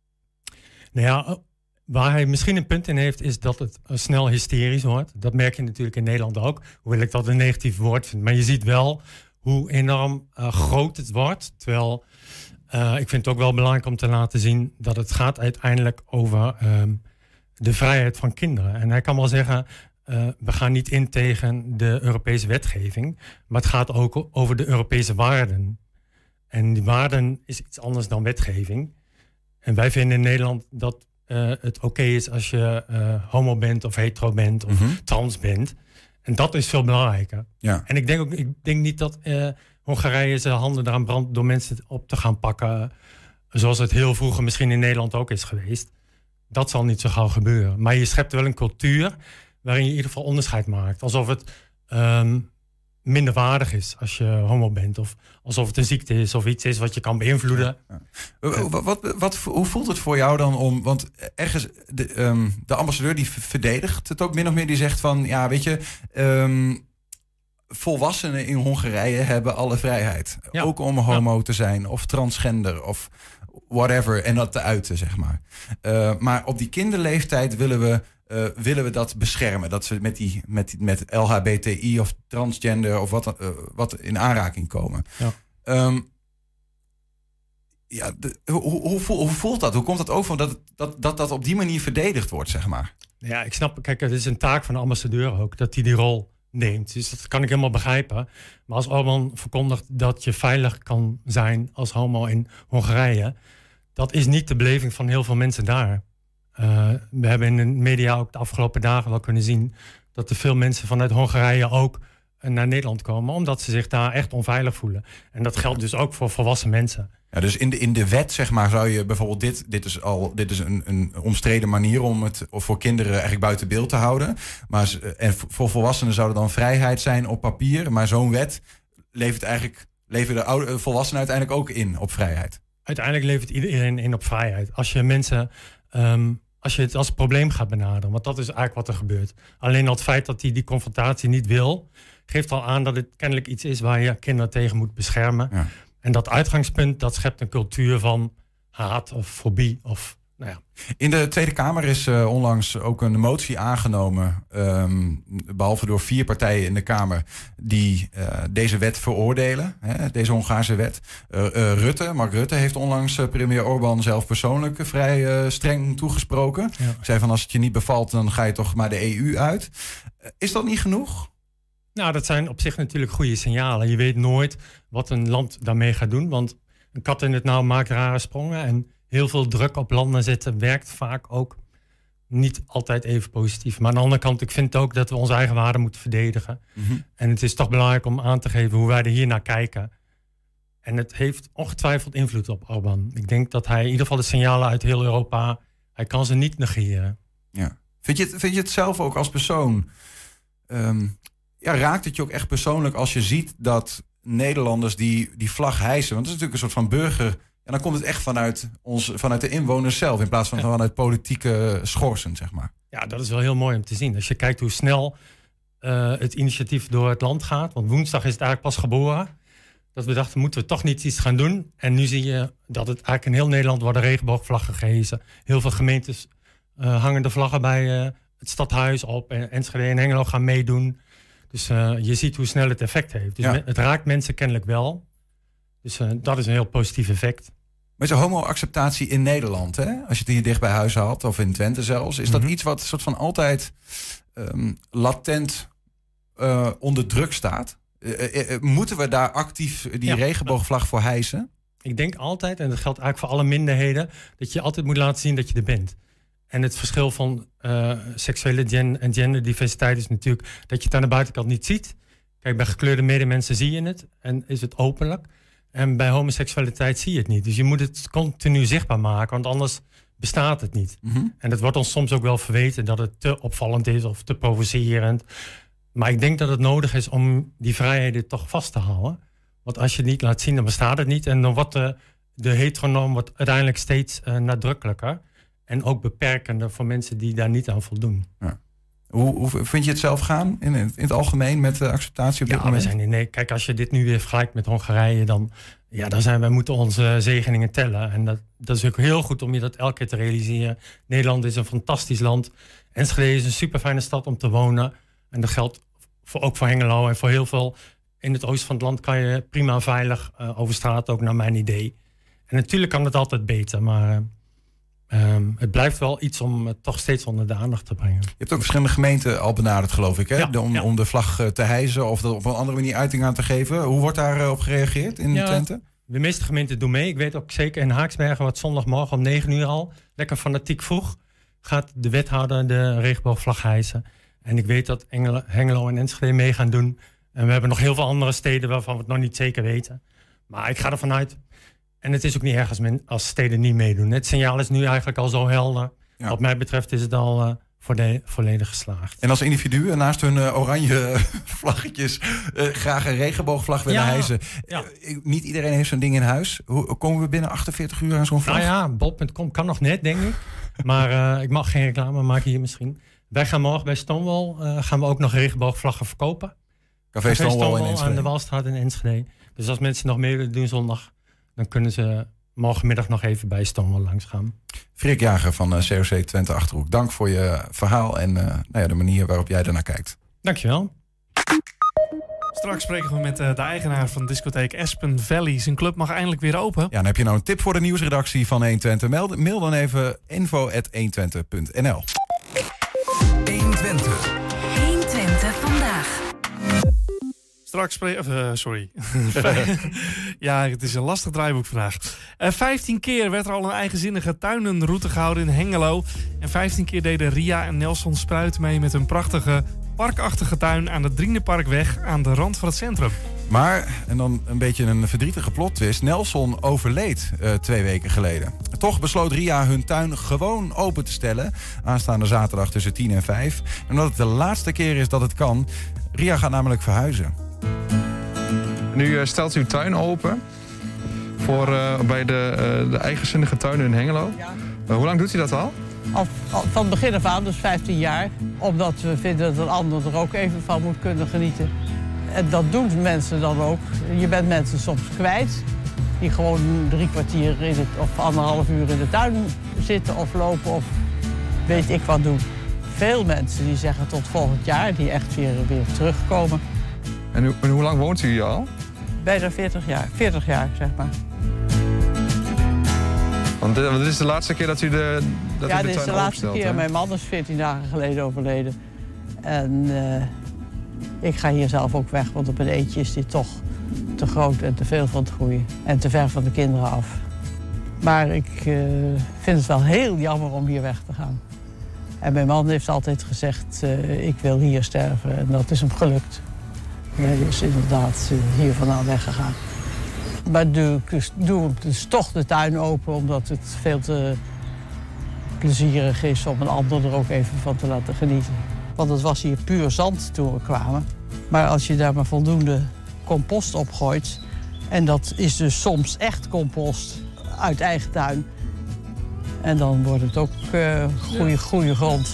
Nou ja, waar hij misschien een punt in heeft, is dat het snel hysterisch wordt. Dat merk je natuurlijk in Nederland ook. Hoewel ik dat een negatief woord vind. Maar je ziet wel hoe enorm uh, groot het wordt. Terwijl uh, ik vind het ook wel belangrijk om te laten zien dat het gaat uiteindelijk over um, de vrijheid van kinderen. En hij kan wel zeggen, uh, we gaan niet in tegen de Europese wetgeving, maar het gaat ook over de Europese waarden. En die waarden is iets anders dan wetgeving. En wij vinden in Nederland dat uh, het oké okay is als je uh, homo bent of hetero bent of mm-hmm. trans bent. En dat is veel belangrijker. Ja. En ik denk ook, ik denk niet dat uh, Hongarije zijn handen eraan brandt door mensen op te gaan pakken, zoals het heel vroeger misschien in Nederland ook is geweest. Dat zal niet zo gauw gebeuren. Maar je schept wel een cultuur waarin je in ieder geval onderscheid maakt. Alsof het um, minder waardig is als je homo bent. Of alsof het een ziekte is of iets is wat je kan beïnvloeden. Ja, ja. Wat, wat, wat, hoe voelt het voor jou dan om... Want ergens, de, um, de ambassadeur die verdedigt het ook min of meer. Die zegt van, ja, weet je... Um, volwassenen in Hongarije hebben alle vrijheid. Ja. Ook om homo ja. te zijn of transgender of whatever. En dat te uiten, zeg maar. Uh, maar op die kinderleeftijd willen we... Uh, willen we dat beschermen? Dat ze met, die, met, met L H B T I of transgender of wat, uh, wat in aanraking komen. Ja. Um, ja, de, hoe, hoe, hoe voelt dat? Hoe komt dat over dat dat, dat dat op die manier verdedigd wordt, zeg maar? Ja, ik snap, kijk, het is een taak van de ambassadeur ook, dat hij die rol neemt. Dus dat kan ik helemaal begrijpen. Maar als Orbán verkondigt dat je veilig kan zijn als homo in Hongarije, dat is niet de beleving van heel veel mensen daar. Uh, we hebben in de media ook de afgelopen dagen wel kunnen zien dat er veel mensen vanuit Hongarije ook naar Nederland komen, omdat ze zich daar echt onveilig voelen. En dat geldt dus ook voor volwassen mensen. Ja, dus in de, in de wet, zeg maar, zou je bijvoorbeeld dit... Dit is al dit is een, een omstreden manier om het voor kinderen eigenlijk buiten beeld te houden. Maar en voor volwassenen zou er dan vrijheid zijn op papier. Maar zo'n wet levert eigenlijk levert de oude, volwassenen uiteindelijk ook in op vrijheid. Uiteindelijk levert iedereen in op vrijheid. Als je mensen... Um, als je het als probleem gaat benaderen. Want dat is eigenlijk wat er gebeurt. Alleen al het feit dat hij die confrontatie niet wil, geeft al aan dat het kennelijk iets is waar je kinderen tegen moet beschermen. Ja. En dat uitgangspunt, dat schept een cultuur van haat of fobie. Of, nou ja. In de Tweede Kamer is uh, onlangs ook een motie aangenomen, um, behalve door vier partijen in de Kamer, die uh, deze wet veroordelen, hè, deze Hongaarse wet. Uh, uh, Rutte, Mark Rutte heeft onlangs uh, premier Orbán zelf persoonlijk uh, vrij uh, streng toegesproken. Ja. Zei van als het je niet bevalt, dan ga je toch maar de E U uit. Uh, is dat niet genoeg? Nou, dat zijn op zich natuurlijk goede signalen. Je weet nooit wat een land daarmee gaat doen, want een kat in het nauw maakt rare sprongen en heel veel druk op landen zetten werkt vaak ook niet altijd even positief. Maar aan de andere kant, ik vind ook dat we onze eigen waarden moeten verdedigen. Mm-hmm. En het is toch belangrijk om aan te geven hoe wij er hier naar kijken. En het heeft ongetwijfeld invloed op Orbán. Ik denk dat hij in ieder geval de signalen uit heel Europa, hij kan ze niet negeren. Ja. Vind je het, vind je het zelf ook als persoon? Um, ja, raakt het je ook echt persoonlijk als je ziet dat Nederlanders die, die vlag hijsen? Want het is natuurlijk een soort van burger. En dan komt het echt vanuit, ons, vanuit de inwoners zelf, in plaats van ja. vanuit politieke schorsen, zeg maar. Ja, dat is wel heel mooi om te zien. Als je kijkt hoe snel uh, het initiatief door het land gaat. Want woensdag is het eigenlijk pas geboren. Dat we dachten, moeten we toch niet iets gaan doen? En nu zie je dat het eigenlijk in heel Nederland worden regenboogvlaggen gehezen. Heel veel gemeentes uh, hangen de vlaggen bij uh, het stadhuis op. En Enschede en Hengelo gaan meedoen. Dus uh, je ziet hoe snel het effect heeft. Dus ja. Het raakt mensen kennelijk wel. Dus uh, dat is een heel positief effect. Maar is er homo-acceptatie in Nederland, hè? Als je het hier dicht bij huis haalt, of in Twente zelfs, is dat mm-hmm. iets wat soort van altijd um, latent uh, onder druk staat? Uh, uh, moeten we daar actief die ja. regenboogvlag voor hijsen? Ik denk altijd, en dat geldt eigenlijk voor alle minderheden, dat je altijd moet laten zien dat je er bent. En het verschil van uh, seksuele gen- en genderdiversiteit is natuurlijk dat je het aan de buitenkant niet ziet. Kijk, bij gekleurde medemensen zie je het en is het openlijk. En bij homoseksualiteit zie je het niet. Dus je moet het continu zichtbaar maken, want anders bestaat het niet. Mm-hmm. En het wordt ons soms ook wel verweten dat het te opvallend is of te provocerend. Maar ik denk dat het nodig is om die vrijheden toch vast te houden. Want als je het niet laat zien, dan bestaat het niet. En dan wordt de, de heteronorm wordt uiteindelijk steeds uh, nadrukkelijker. En ook beperkender voor mensen die daar niet aan voldoen. Ja. Hoe, hoe vind je het zelf gaan in, in het algemeen met de acceptatie op dit ja, moment? We zijn in, nee, kijk, als je dit nu weer vergelijkt met Hongarije, dan, ja, dan zijn wij moeten onze zegeningen tellen. En dat, dat is ook heel goed om je dat elke keer te realiseren. Nederland is een fantastisch land. Enschede is een super fijne stad om te wonen. En dat geldt voor, ook voor Hengelo en voor heel veel. In het oosten van het land kan je prima veilig uh, over straat, ook naar mijn idee. En natuurlijk kan het altijd beter, maar Um, het blijft wel iets om het toch steeds onder de aandacht te brengen. Je hebt ook verschillende gemeenten al benaderd, geloof ik, hè? Ja, de, om, ja. om de vlag te hijsen of dat op een andere manier uiting aan te geven. Hoe wordt daarop op gereageerd in ja, Twente? De meeste gemeenten doen mee. Ik weet ook zeker in Haaksbergen, wat zondagmorgen om negen uur al, lekker fanatiek vroeg, gaat de wethouder de regenboogvlag hijsen. En ik weet dat Engelo, Hengelo en Enschede mee gaan doen. En we hebben nog heel veel andere steden waarvan we het nog niet zeker weten. Maar ik ga ervan uit. En het is ook niet erg als, men, als steden niet meedoen. Het signaal is nu eigenlijk al zo helder. Ja. Wat mij betreft is het al uh, voorde- volledig geslaagd. En als individuen naast hun uh, oranje vlaggetjes uh, graag een regenboogvlag willen ja, hijsen. Ja. Uh, niet iedereen heeft zo'n ding in huis. Hoe komen we binnen achtenveertig uur aan zo'n vlag? Nou ja, bol punt com kan nog net, denk ik. Maar uh, ik mag geen reclame maken hier misschien. Wij gaan morgen bij Stonewall uh, gaan we ook nog regenboogvlaggen verkopen. Café, Café Stonewall, Stonewall in Enschede. Aan de Walstraat in Enschede. Dus als mensen nog mee willen doen zondag, dan kunnen ze morgenmiddag nog even bij Stonewall langs gaan. Freek Jager van uh, C O C Twente Achterhoek. Dank voor je verhaal en uh, nou ja, de manier waarop jij ernaar kijkt. Dankjewel. Straks spreken we met uh, de eigenaar van discotheek Aspen Valley. Zijn club mag eindelijk weer open. Ja, dan heb je nou een tip voor de nieuwsredactie van honderdtwintig. Mail, mail dan even info at honderdtwintig punt n l. honderdtwintig. honderdtwintig vandaag. Straks spreken... Uh, sorry. Ja, het is een lastig draaiboek vandaag. Uh, vijftien keer werd er al een eigenzinnige tuinenroute gehouden in Hengelo. En vijftien keer deden Ria en Nelson Spruit mee met hun prachtige parkachtige tuin aan de Drienenparkweg aan de rand van het centrum. Maar, en dan een beetje een verdrietige plot twist, Nelson overleed uh, twee weken geleden. Toch besloot Ria hun tuin gewoon open te stellen. Aanstaande zaterdag tussen tien en vijf. En omdat het de laatste keer is dat het kan. Ria gaat namelijk verhuizen. Nu uh, stelt u uw tuin open voor, uh, bij de, uh, de eigenzinnige tuin in Hengelo. Ja. Uh, hoe lang doet u dat al? Al, al van het begin af aan, dus vijftien jaar. Omdat we vinden dat een ander er ook even van moet kunnen genieten. En dat doen mensen dan ook. Je bent mensen soms kwijt. Die gewoon drie kwartier in het, of anderhalf uur in de tuin zitten of lopen of weet ik wat doen. Veel mensen die zeggen tot volgend jaar, die echt weer, weer terugkomen. En, u, en hoe lang woont u hier al? Bijna veertig jaar. veertig jaar, zeg maar. Want dit, want dit is de laatste keer dat u de, dat ja, u de dit is de laatste keer. Hè? Mijn man is veertien dagen geleden overleden. En uh, ik ga hier zelf ook weg, want op een eentje is dit toch te groot en te veel van het groeien. En te ver van de kinderen af. Maar ik uh, vind het wel heel jammer om hier weg te gaan. En mijn man heeft altijd gezegd, uh, ik wil hier sterven. En dat is hem gelukt. Hij is inderdaad uh, hier vandaan weggegaan. Maar doe, doe dus toch de tuin open, omdat het veel te plezierig is om een ander er ook even van te laten genieten. Want het was hier puur zand toen we kwamen. Maar als je daar maar voldoende compost op gooit, en dat is dus soms echt compost uit eigen tuin, en dan wordt het ook uh, goede, goede grond.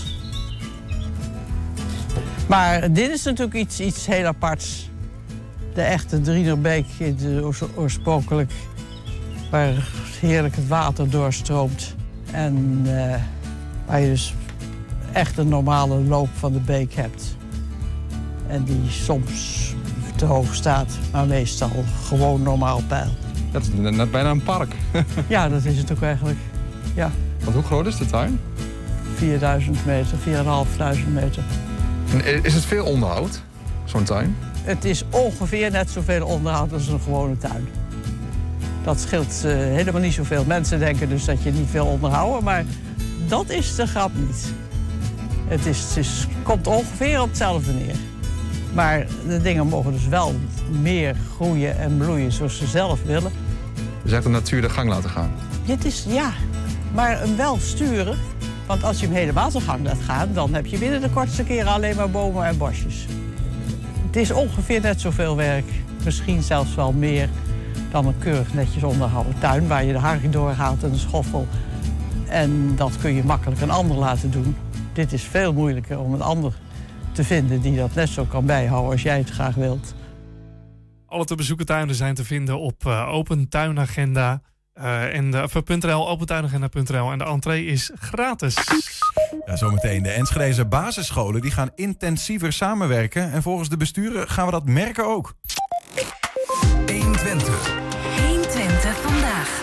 Maar dit is natuurlijk iets, iets heel aparts. De echte Drienerbeek, oorspronkelijk, waar heerlijk het water doorstroomt. En uh, waar je dus echt een normale loop van de beek hebt. En die soms te hoog staat, maar meestal gewoon normaal peil. Dat is net bijna een park. Ja, dat is het ook eigenlijk. Ja. Want hoe groot is de tuin? vierduizend meter, vierduizendvijfhonderd meter. En is het veel onderhoud, zo'n tuin? Het is ongeveer net zoveel onderhoud als een gewone tuin. Dat scheelt uh, helemaal niet zoveel. Mensen denken dus dat je niet veel onderhouden, maar dat is de grap niet. Het, is, het is, komt ongeveer op hetzelfde neer. Maar de dingen mogen dus wel meer groeien en bloeien zoals ze zelf willen. Dus echt de natuur de gang laten gaan? Ja, het is, ja, maar hem wel sturen. Want als je hem helemaal zijn gang laat gaan, dan heb je binnen de kortste keren alleen maar bomen en bosjes. Het is ongeveer net zoveel werk, misschien zelfs wel meer, dan een keurig netjes onderhouden tuin waar je de hark doorhaalt en de schoffel. En dat kun je makkelijk een ander laten doen. Dit is veel moeilijker om een ander te vinden die dat net zo kan bijhouden als jij het graag wilt. Alle te bezoeken tuinen zijn te vinden op uh, Open Tuinagenda. Uh, en de, of, .nl, opentuinagenda punt n l en de entree is gratis. Ja, zometeen. De Enschedeze basisscholen die gaan intensiever samenwerken. En volgens de besturen gaan we dat merken ook. honderdtwintig. honderdtwintig vandaag.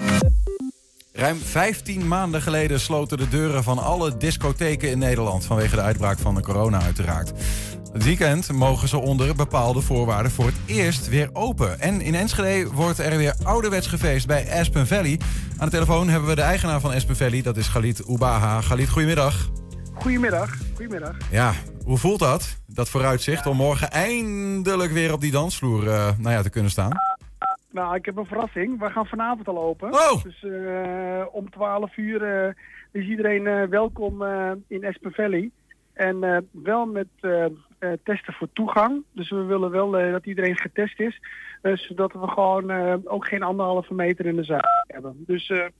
Ruim vijftien maanden geleden sloten de deuren van alle discotheken in Nederland vanwege de uitbraak van de corona uiteraard. Het weekend mogen ze onder bepaalde voorwaarden voor het eerst weer open. En in Enschede wordt er weer ouderwets gefeest bij Aspen Valley. Aan de telefoon hebben we de eigenaar van Aspen Valley, dat is Galit Oubaha. Galit, goedemiddag. Goedemiddag, goedemiddag. Ja, hoe voelt dat, dat vooruitzicht, om morgen eindelijk weer op die dansvloer uh, nou ja, te kunnen staan? Nou, ik heb een verrassing. We gaan vanavond al open. Oh! Dus uh, om twaalf uur uh, is iedereen uh, welkom uh, in Aspen Valley. En uh, wel met uh, uh, testen voor toegang. Dus we willen wel uh, dat iedereen getest is. Uh, zodat we gewoon uh, ook geen anderhalve meter in de zaal hebben. Dus uh,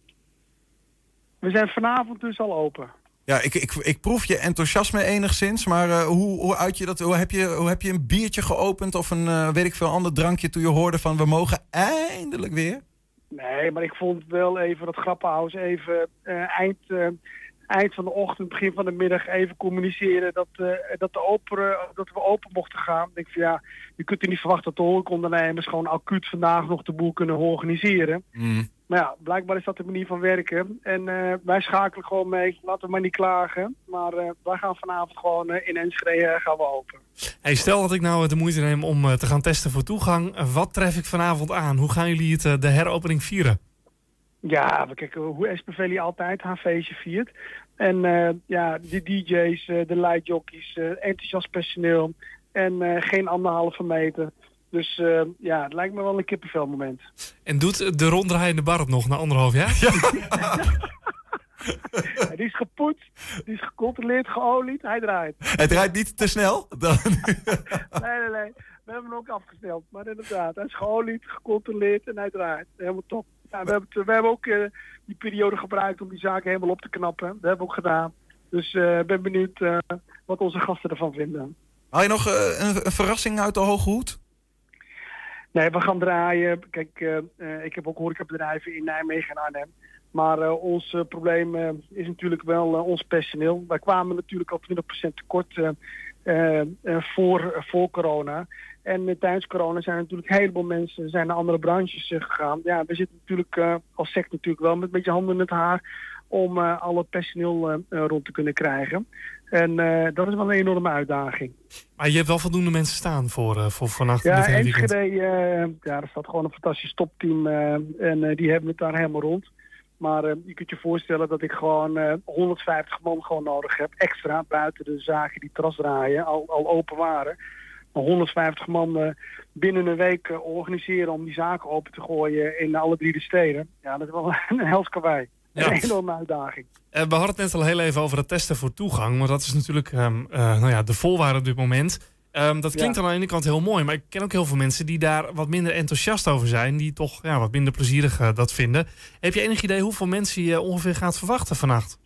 we zijn vanavond dus al open. Ja, ik, ik, ik proef je enthousiasme enigszins, maar uh, hoe, hoe, uit je dat, hoe, heb je, hoe heb je een biertje geopend of een uh, weet ik veel ander drankje toen je hoorde van we mogen eindelijk weer? Nee, maar ik vond wel even dat Grappenhuis even uh, eind, uh, eind van de ochtend, begin van de middag even communiceren dat, uh, dat, de open, dat we open mochten gaan. Ik denk van ja, je kunt er niet verwachten dat de horecaondernemers gewoon acuut vandaag nog de boel kunnen organiseren. Mm. Maar ja, blijkbaar is dat de manier van werken. En uh, wij schakelen gewoon mee. Laten we maar niet klagen. Maar uh, wij gaan vanavond gewoon uh, in Enschede uh, gaan we open. Hey, stel dat ik nou de moeite neem om uh, te gaan testen voor toegang. Uh, wat tref ik vanavond aan? Hoe gaan jullie het, uh, de heropening vieren? Ja, we kijken hoe Esperveli altijd haar feestje viert. En uh, ja, de D J's, uh, de lightjockeys, uh, enthousiast personeel en uh, geen anderhalve meter. Dus uh, ja, het lijkt me wel een kippenvelmoment. En doet de ronddraaiende bar het nog na anderhalf jaar? Ja. Ja, die is gepoetst, die is gecontroleerd, geolied, hij draait. Hij draait niet te snel? Dan... nee, nee, nee. We hebben hem ook afgesteld. Maar inderdaad, hij is geolied, gecontroleerd en hij draait. Helemaal top. Ja, we, hebben, we hebben ook uh, die periode gebruikt om die zaken helemaal op te knappen. Dat hebben we ook gedaan. Dus ik uh, ben benieuwd uh, wat onze gasten ervan vinden. Haal je nog uh, een, een verrassing uit de hoge hoed? Nee, we gaan draaien. Kijk, uh, uh, ik heb ook horecabedrijven in Nijmegen en Arnhem. Maar uh, ons uh, probleem uh, is natuurlijk wel uh, ons personeel. Wij kwamen natuurlijk al twintig procent tekort uh, uh, uh, voor, uh, voor corona. En uh, tijdens corona zijn er natuurlijk een heleboel mensen zijn naar andere branches uh, gegaan. Ja, we zitten natuurlijk uh, als sector natuurlijk wel met een beetje handen in het haar om uh, alle personeel uh, uh, rond te kunnen krijgen. En uh, dat is wel een enorme uitdaging. Maar je hebt wel voldoende mensen staan voor, uh, voor vannacht in ja, dit hele weekend. Enschede, uh, ja, er staat gewoon een fantastisch topteam uh, en uh, die hebben het daar helemaal rond. Maar uh, je kunt je voorstellen dat ik gewoon uh, honderdvijftig man gewoon nodig heb. Extra, buiten de zaken die terras draaien, al, al open waren. Maar honderdvijftig man uh, binnen een week uh, organiseren om die zaken open te gooien in alle drie de steden. Ja, dat is wel een hels karwei. Ja. Een enorme uitdaging. Uh, we hadden het net al heel even over het testen voor toegang. Maar dat is natuurlijk um, uh, nou ja, de volwaarde op dit moment. Um, dat klinkt ja. aan de ene kant heel mooi. Maar ik ken ook heel veel mensen die daar wat minder enthousiast over zijn. Die toch ja, wat minder plezierig uh, dat vinden. Heb je enig idee hoeveel mensen je ongeveer gaat verwachten vannacht?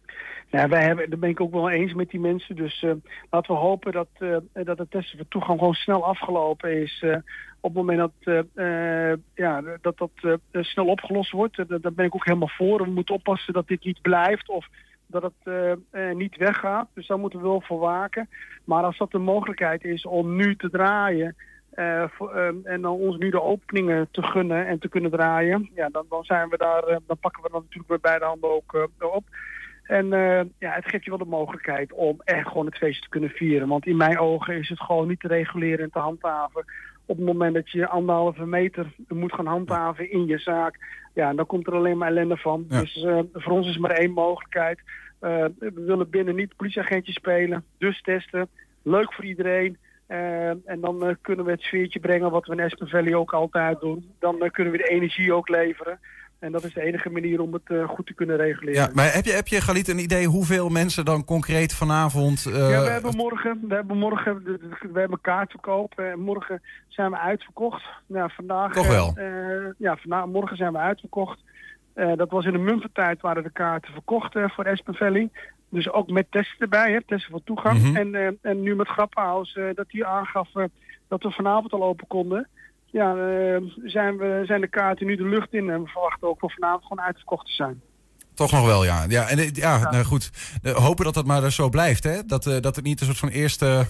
Ja, wij hebben, daar ben ik ook wel eens met die mensen. Dus uh, laten we hopen dat, uh, dat het testen voor toegang gewoon snel afgelopen is. Uh, op het moment dat uh, uh, ja, dat, dat uh, snel opgelost wordt. Uh, daar ben ik ook helemaal voor. We moeten oppassen dat dit niet blijft of dat het uh, uh, niet weggaat. Dus daar moeten we wel voor waken. Maar als dat de mogelijkheid is om nu te draaien uh, voor, uh, en dan ons nu de openingen te gunnen en te kunnen draaien, ja, dan, dan zijn we daar, uh, dan pakken we dat natuurlijk met beide handen ook uh, op. En uh, ja, het geeft je wel de mogelijkheid om echt gewoon het feestje te kunnen vieren. Want in mijn ogen is het gewoon niet te reguleren en te handhaven. Op het moment dat je anderhalve meter moet gaan handhaven in je zaak, ja, dan komt er alleen maar ellende van. Ja. Dus uh, voor ons is maar één mogelijkheid. Uh, we willen binnen niet politieagentjes spelen, dus testen. Leuk voor iedereen. Uh, en dan uh, kunnen we het sfeertje brengen wat we in Esperveli ook altijd doen. Dan uh, kunnen we de energie ook leveren. En dat is de enige manier om het uh, goed te kunnen reguleren. Ja, maar heb je, heb je Galit, een idee hoeveel mensen dan concreet vanavond... Uh... Ja, we hebben morgen, we hebben morgen, we hebben kaartverkoop. Uh, morgen zijn we uitverkocht. Nou, vandaag, Toch wel? Uh, ja, vandaag, morgen zijn we uitverkocht. Uh, dat was in de Mumford-tijd waren de kaarten verkocht uh, voor Esperveli. Dus ook met testen erbij, hè, testen voor toegang. Mm-hmm. En, uh, en nu met Grappenhaus, uh, dat die aangaf uh, dat we vanavond al open konden. Ja, uh, zijn, we, zijn de kaarten nu de lucht in en we verwachten ook voor vanavond gewoon uitverkocht te zijn. Toch nog wel, ja. Ja, en, ja, ja. Nou goed. Uh, hopen dat dat maar zo blijft, hè? Dat, uh, dat het niet een soort van eerste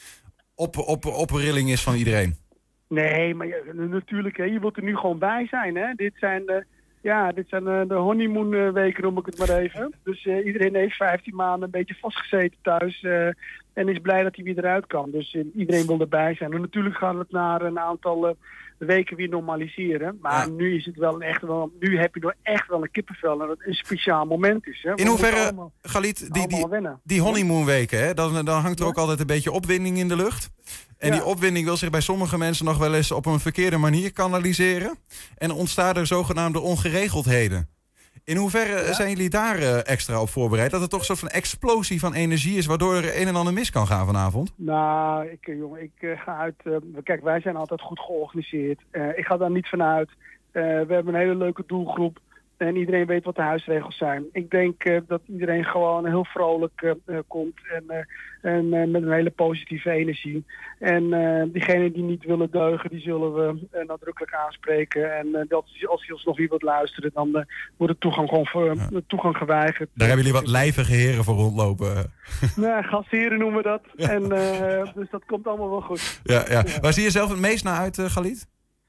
op, op, oprilling is van iedereen. Nee, maar ja, natuurlijk, hè, je wilt er nu gewoon bij zijn, hè. Dit zijn de, ja, dit zijn de, de honeymoon weken, noem ik het maar even. Dus uh, iedereen heeft vijftien maanden een beetje vastgezeten thuis uh, en is blij dat hij weer eruit kan. Dus uh, iedereen wil erbij zijn. En natuurlijk gaat het naar een aantal uh, weken weer normaliseren. Maar ja. nu is het wel een echt wel, nu heb je nog echt wel een kippenvel en dat een speciaal moment is. Hè. In hoeverre, Galit, die, die, die honeymoonweken, hè, dan, dan hangt er ook altijd een beetje opwinding in de lucht. En ja. die opwinding wil zich bij sommige mensen nog wel eens op een verkeerde manier kanaliseren. En ontstaan er zogenaamde ongeregeldheden. In hoeverre ja. zijn jullie daar uh, extra op voorbereid? Dat het toch een soort van explosie van energie is, waardoor er een en ander mis kan gaan vanavond? Nou, ik, jongen, ik uh, ga uit... Uh, kijk, wij zijn altijd goed georganiseerd. Uh, ik ga daar niet vanuit. Uh, we hebben een hele leuke doelgroep. En iedereen weet wat de huisregels zijn. Ik denk uh, dat iedereen gewoon heel vrolijk uh, uh, komt. En, uh, en uh, met een hele positieve energie. En uh, diegenen die niet willen deugen, die zullen we uh, nadrukkelijk aanspreken. En uh, dat, als hij ons nog weer wilt luisteren, dan uh, wordt de toegang gewoon voor, uh, ja. toegang geweigerd. Daar hebben jullie wat lijvige heren voor rondlopen. Nou, gastheren noemen we dat. Ja. En, uh, dus dat komt allemaal wel goed. Ja, ja. Ja. Waar zie je zelf het meest naar uit, uh, Galit?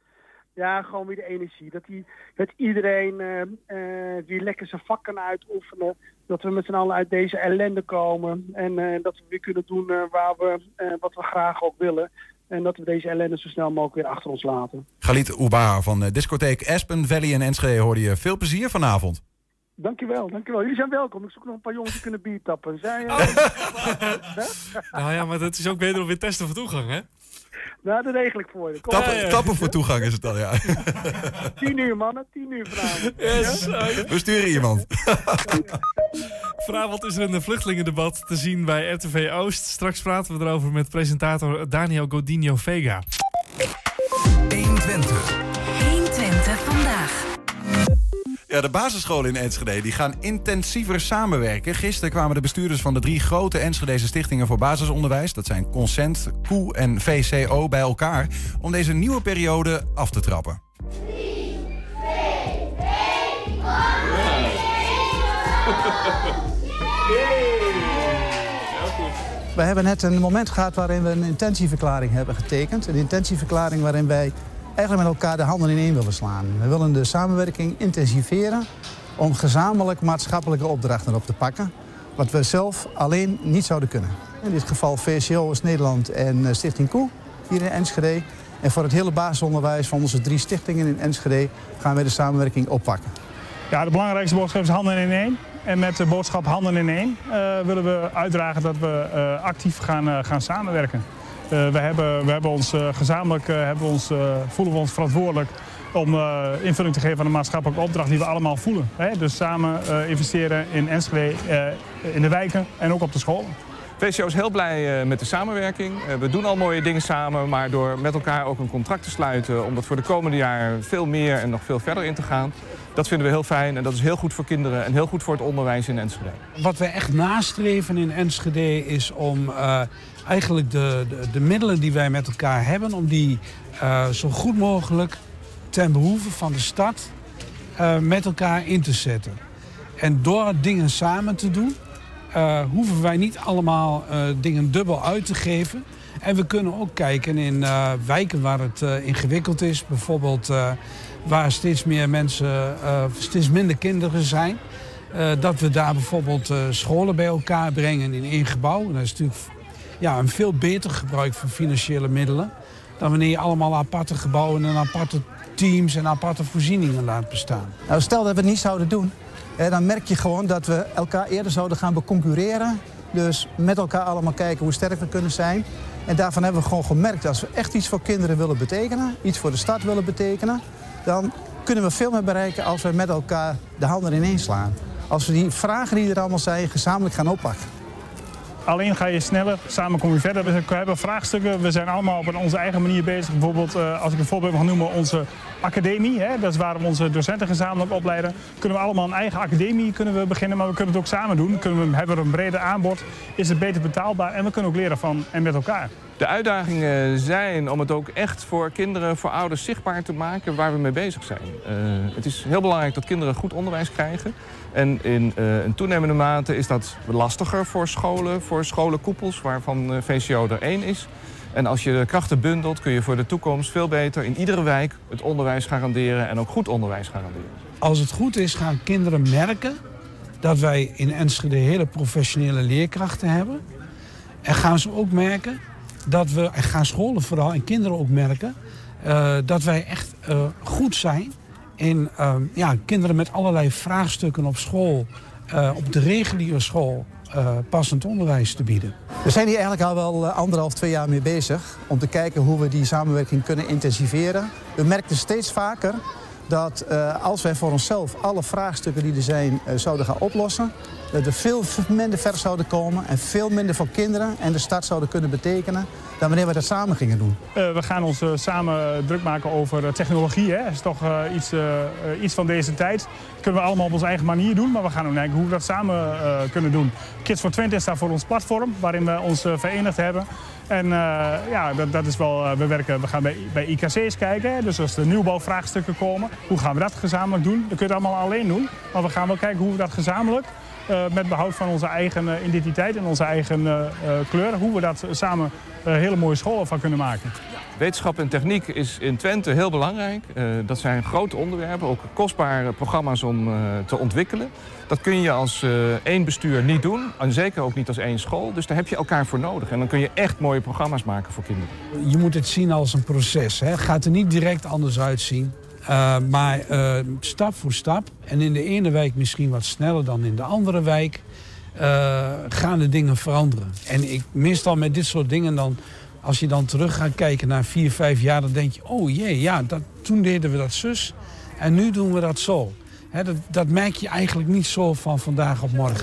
Ja, gewoon weer de energie. Dat, die, dat iedereen uh, uh, weer lekker zijn vak kan uitoefenen. Dat we met z'n allen uit deze ellende komen. En uh, dat we weer kunnen doen uh, waar we, uh, wat we graag ook willen. En dat we deze ellende zo snel mogelijk weer achter ons laten. Galit Oubaar van de discotheek Aspen Valley in Enschede hoorde je. Veel plezier vanavond. Dankjewel, dankjewel. Jullie zijn welkom. Ik zoek nog een paar jongens die kunnen bier tappen. Zij, uh... Nou ja, maar dat is ook wederom weer testen voor toegang, hè? Nou, dat regel ik voor je. Kom Tappen, maar. tappen voor toegang is het dan, ja. Tien uur, mannen. Tien uur vanavond. Yes. Ja? We sturen iemand. Vanavond is er een vluchtelingendebat te zien bij R T V Oost. Straks praten we erover met presentator Daniel Godinho Vega. honderdtwintig. honderdtwintig vandaag. Ja, de basisscholen in Enschede die gaan intensiever samenwerken. Gisteren kwamen de bestuurders van de drie grote Enschedese stichtingen voor basisonderwijs, dat zijn Consent, K O E en V C O, bij elkaar om deze nieuwe periode af te trappen. drie, twee, één, We hebben net een moment gehad waarin we een intentieverklaring hebben getekend. Een intentieverklaring waarin wij eigenlijk met elkaar de handen in één willen slaan. We willen de samenwerking intensiveren om gezamenlijk maatschappelijke opdrachten op te pakken. Wat we zelf alleen niet zouden kunnen. In dit geval V C O is Nederland en Stichting K O E hier in Enschede. En voor het hele basisonderwijs van onze drie stichtingen in Enschede gaan wij de samenwerking oppakken. Ja, de belangrijkste boodschap is handen in één. En met de boodschap handen in één uh, willen we uitdragen dat we uh, actief gaan, uh, gaan samenwerken. Uh, we hebben, we hebben ons uh, gezamenlijk uh, hebben we ons, uh, voelen we ons verantwoordelijk om uh, invulling te geven aan de maatschappelijke opdracht die we allemaal voelen. Hè? Dus samen uh, investeren in Enschede, uh, in de wijken en ook op de scholen. V C O is heel blij uh, met de samenwerking. Uh, we doen al mooie dingen samen, maar door met elkaar ook een contract te sluiten om dat voor de komende jaren veel meer en nog veel verder in te gaan, dat vinden we heel fijn en dat is heel goed voor kinderen en heel goed voor het onderwijs in Enschede. Wat we echt nastreven in Enschede is om uh, eigenlijk de, de, de middelen die wij met elkaar hebben, om die uh, zo goed mogelijk ten behoeve van de stad uh, met elkaar in te zetten. En door dingen samen te doen, uh, hoeven wij niet allemaal uh, dingen dubbel uit te geven. En we kunnen ook kijken in uh, wijken waar het uh, ingewikkeld is, bijvoorbeeld uh, waar steeds meer mensen, uh, steeds minder kinderen zijn. Uh, dat we daar bijvoorbeeld uh, scholen bij elkaar brengen in één gebouw. En dat is natuurlijk ja, een veel beter gebruik van financiële middelen dan wanneer je allemaal aparte gebouwen en aparte teams en aparte voorzieningen laat bestaan. Nou, stel dat we het niet zouden doen, hè, dan merk je gewoon dat we elkaar eerder zouden gaan beconcurreren. Dus met elkaar allemaal kijken hoe sterk we kunnen zijn. En daarvan hebben we gewoon gemerkt dat als we echt iets voor kinderen willen betekenen, iets voor de stad willen betekenen, dan kunnen we veel meer bereiken als we met elkaar de handen ineen slaan. Als we die vragen die er allemaal zijn gezamenlijk gaan oppakken. Alleen ga je sneller, samen kom je verder. We hebben vraagstukken, we zijn allemaal op onze eigen manier bezig. Bijvoorbeeld, als ik een voorbeeld mag noemen, onze academie. Hè, dat is waar we onze docenten gezamenlijk opleiden. Kunnen we allemaal een eigen academie kunnen we beginnen, maar we kunnen het ook samen doen. Kunnen we, hebben we een breder aanbod, is het beter betaalbaar en we kunnen ook leren van en met elkaar. De uitdagingen zijn om het ook echt voor kinderen, voor ouders zichtbaar te maken waar we mee bezig zijn. Uh, het is heel belangrijk dat kinderen goed onderwijs krijgen. En in uh, een toenemende mate is dat lastiger voor scholen, voor scholenkoepels, waarvan uh, V C O er één is. En als je de krachten bundelt, kun je voor de toekomst veel beter in iedere wijk het onderwijs garanderen en ook goed onderwijs garanderen. Als het goed is, gaan kinderen merken dat wij in Enschede hele professionele leerkrachten hebben. En gaan ze ook merken dat we, en gaan scholen vooral en kinderen ook merken, uh, dat wij echt uh, goed zijn in uh, ja, kinderen met allerlei vraagstukken op school, uh, op de reguliere school, uh, passend onderwijs te bieden. We zijn hier eigenlijk al wel uh, anderhalf, twee jaar mee bezig om te kijken hoe we die samenwerking kunnen intensiveren. We merken steeds vaker dat uh, als wij voor onszelf alle vraagstukken die er zijn uh, zouden gaan oplossen, dat we veel minder ver zouden komen en veel minder voor kinderen en de stad zouden kunnen betekenen dan wanneer we dat samen gingen doen. Uh, we gaan ons uh, samen druk maken over technologie. Hè. Dat is toch uh, iets, uh, iets van deze tijd. Dat kunnen we allemaal op onze eigen manier doen, maar we gaan ook kijken hoe we dat samen uh, kunnen doen. Kids for twintig staat voor ons platform, waarin we ons uh, verenigd hebben. En uh, ja, dat, dat is wel, uh, we, werken, we gaan bij, bij I K C's kijken. Hè. Dus als er nieuwbouwvraagstukken komen, hoe gaan we dat gezamenlijk doen? Dat kun je het allemaal alleen doen, maar we gaan wel kijken hoe we dat gezamenlijk, Uh, met behoud van onze eigen uh, identiteit en onze eigen uh, uh, kleur, hoe we dat samen uh, hele mooie scholen van kunnen maken. Wetenschap en techniek is in Twente heel belangrijk. Uh, dat zijn grote onderwerpen, ook kostbare programma's om uh, te ontwikkelen. Dat kun je als uh, één bestuur niet doen, en zeker ook niet als één school. Dus daar heb je elkaar voor nodig. En dan kun je echt mooie programma's maken voor kinderen. Je moet het zien als een proces. Hè. Het gaat er niet direct anders uitzien. Uh, maar uh, stap voor stap, en in de ene wijk misschien wat sneller dan in de andere wijk, uh, gaan de dingen veranderen. En ik meestal met dit soort dingen dan, als je dan terug gaat kijken naar vier, vijf jaar, dan denk je, oh jee, ja, dat, toen deden we dat zus en nu doen we dat zo. He, dat, dat merk je eigenlijk niet zo van vandaag op morgen.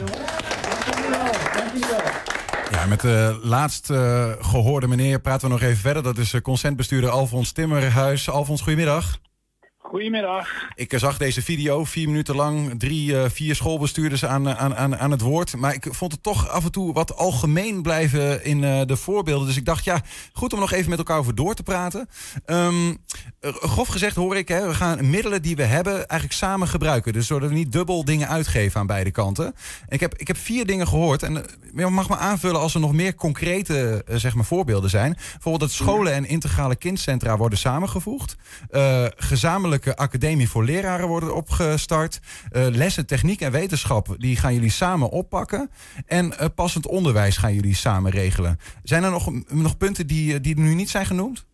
Ja, met de laatst uh, gehoorde meneer praten we nog even verder. Dat is uh, consentbestuurder Alfons Timmerhuis. Alfons, goedemiddag. Goedemiddag. Ik zag deze video, vier minuten lang, drie, uh, vier schoolbestuurders aan, aan, aan, aan het woord. Maar ik vond het toch af en toe wat algemeen blijven in uh, de voorbeelden. Dus ik dacht, ja, goed om nog even met elkaar over door te praten. Um, grof gezegd hoor ik, hè, we gaan middelen die we hebben eigenlijk samen gebruiken. Dus zodat we niet dubbel dingen uitgeven aan beide kanten. En ik heb, ik heb vier dingen gehoord. En je mag me aanvullen als er nog meer concrete uh, zeg maar, voorbeelden zijn. Bijvoorbeeld dat scholen en integrale kindcentra worden samengevoegd. Uh, gezamenlijk academie voor leraren worden opgestart. Uh, lessen techniek en wetenschap, die gaan jullie samen oppakken. En uh, passend onderwijs gaan jullie samen regelen. Zijn er nog, nog punten die, die nu niet zijn genoemd?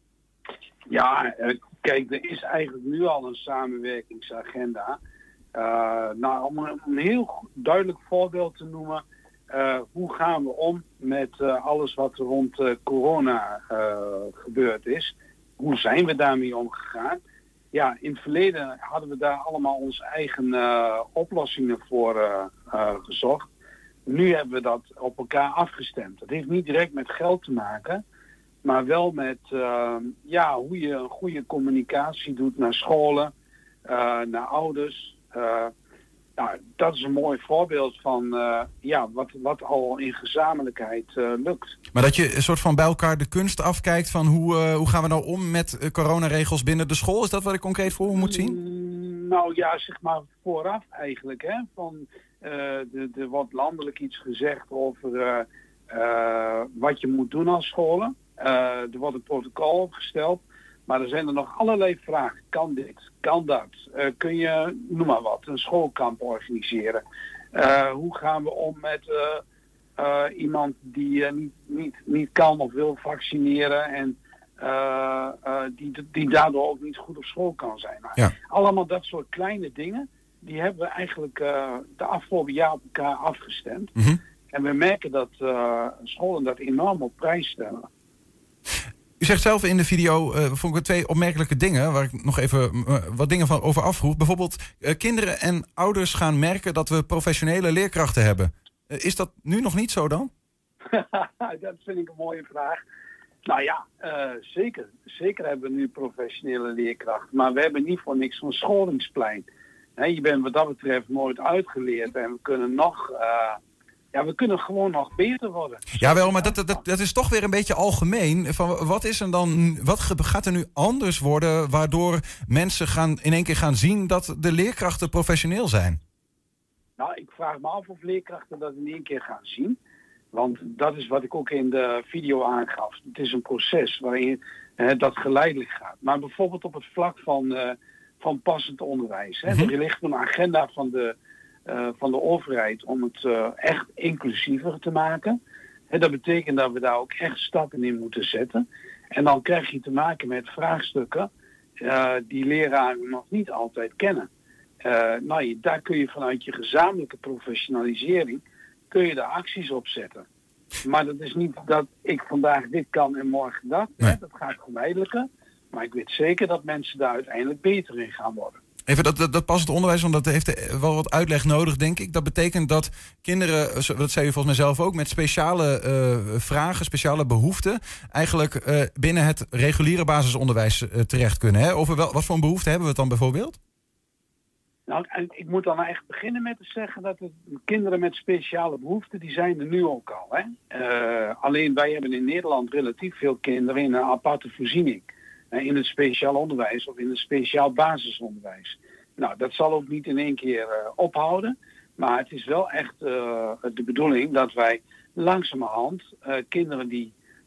Ja, kijk, er is eigenlijk nu al een samenwerkingsagenda. Uh, nou, om een, een heel duidelijk voorbeeld te noemen. Uh, hoe gaan we om met uh, alles wat er rond uh, corona uh, gebeurd is? Hoe zijn we daarmee omgegaan? Ja, in het verleden hadden we daar allemaal onze eigen uh, oplossingen voor uh, uh, gezocht. Nu hebben we dat op elkaar afgestemd. Dat heeft niet direct met geld te maken, maar wel met uh, ja, hoe je een goede communicatie doet naar scholen, uh, naar ouders. Uh, nou, dat is een mooi voorbeeld van uh, ja, wat, wat al in gezamenlijkheid uh, lukt. Maar dat je een soort van bij elkaar de kunst afkijkt van hoe, uh, hoe gaan we nou om met uh, coronaregels binnen de school? Is dat wat ik concreet voor me moet zien? Mm, nou ja, zeg maar vooraf eigenlijk. Hè? Van, uh, de, de wordt landelijk iets gezegd over uh, uh, wat je moet doen als scholen. Uh, er wordt een protocol opgesteld. Maar er zijn er nog allerlei vragen. Kan dit? Kan dat? Uh, kun je, noem maar wat, een schoolkamp organiseren? Uh, hoe gaan we om met uh, uh, iemand die uh, niet, niet, niet kan of wil vaccineren en uh, uh, die, die daardoor ook niet goed op school kan zijn? Nou, ja. Allemaal dat soort kleine dingen, die hebben we eigenlijk uh, de afgelopen jaar op elkaar afgestemd. Mm-hmm. En we merken dat uh, scholen dat enorm op prijs stellen. U zegt zelf in de video, uh, vond ik twee opmerkelijke dingen, waar ik nog even uh, wat dingen van over afvroeg. Bijvoorbeeld, uh, kinderen en ouders gaan merken dat we professionele leerkrachten hebben. Uh, is dat nu nog niet zo dan? Dat vind ik een mooie vraag. Nou ja, uh, zeker. Zeker hebben we nu professionele leerkrachten. Maar we hebben niet voor niks een scholingsplein. He, je bent wat dat betreft nooit uitgeleerd en we kunnen nog... Uh, Ja, we kunnen gewoon nog beter worden. Jawel, maar dat, dat, dat is toch weer een beetje algemeen. Van wat is er dan, wat gaat er nu anders worden waardoor mensen gaan in één keer gaan zien dat de leerkrachten professioneel zijn? Nou, ik vraag me af of leerkrachten dat in één keer gaan zien. Want dat is wat ik ook in de video aangaf. Het is een proces waarin eh, dat geleidelijk gaat. Maar bijvoorbeeld op het vlak van, uh, van passend onderwijs. Hè. Mm-hmm. Er ligt een agenda van de... Uh, van de overheid om het uh, echt inclusiever te maken. He, dat betekent dat we daar ook echt stappen in moeten zetten. En dan krijg je te maken met vraagstukken uh, die leraren nog niet altijd kennen. Uh, nou, je, daar kun je vanuit je gezamenlijke professionalisering kun je daar acties op zetten. Maar dat is niet dat ik vandaag dit kan en morgen dat. Nee. Hè, dat gaat geleidelijker. Maar ik weet zeker dat mensen daar uiteindelijk beter in gaan worden. Even dat, dat, dat passend onderwijs, want dat heeft wel wat uitleg nodig, denk ik. Dat betekent dat kinderen, dat zei u volgens mij zelf ook, met speciale uh, vragen, speciale behoeften, eigenlijk uh, binnen het reguliere basisonderwijs uh, terecht kunnen. Hè? Over wel, wat voor een behoefte hebben we het dan bijvoorbeeld? Nou, ik moet dan echt beginnen met te zeggen dat het, kinderen met speciale behoeften, die zijn er nu ook al. Hè? Uh, alleen wij hebben in Nederland relatief veel kinderen in een aparte voorziening. In het speciaal onderwijs of in het speciaal basisonderwijs. Nou, dat zal ook niet in één keer uh, ophouden. Maar het is wel echt uh, de bedoeling dat wij langzamerhand uh, kinderen die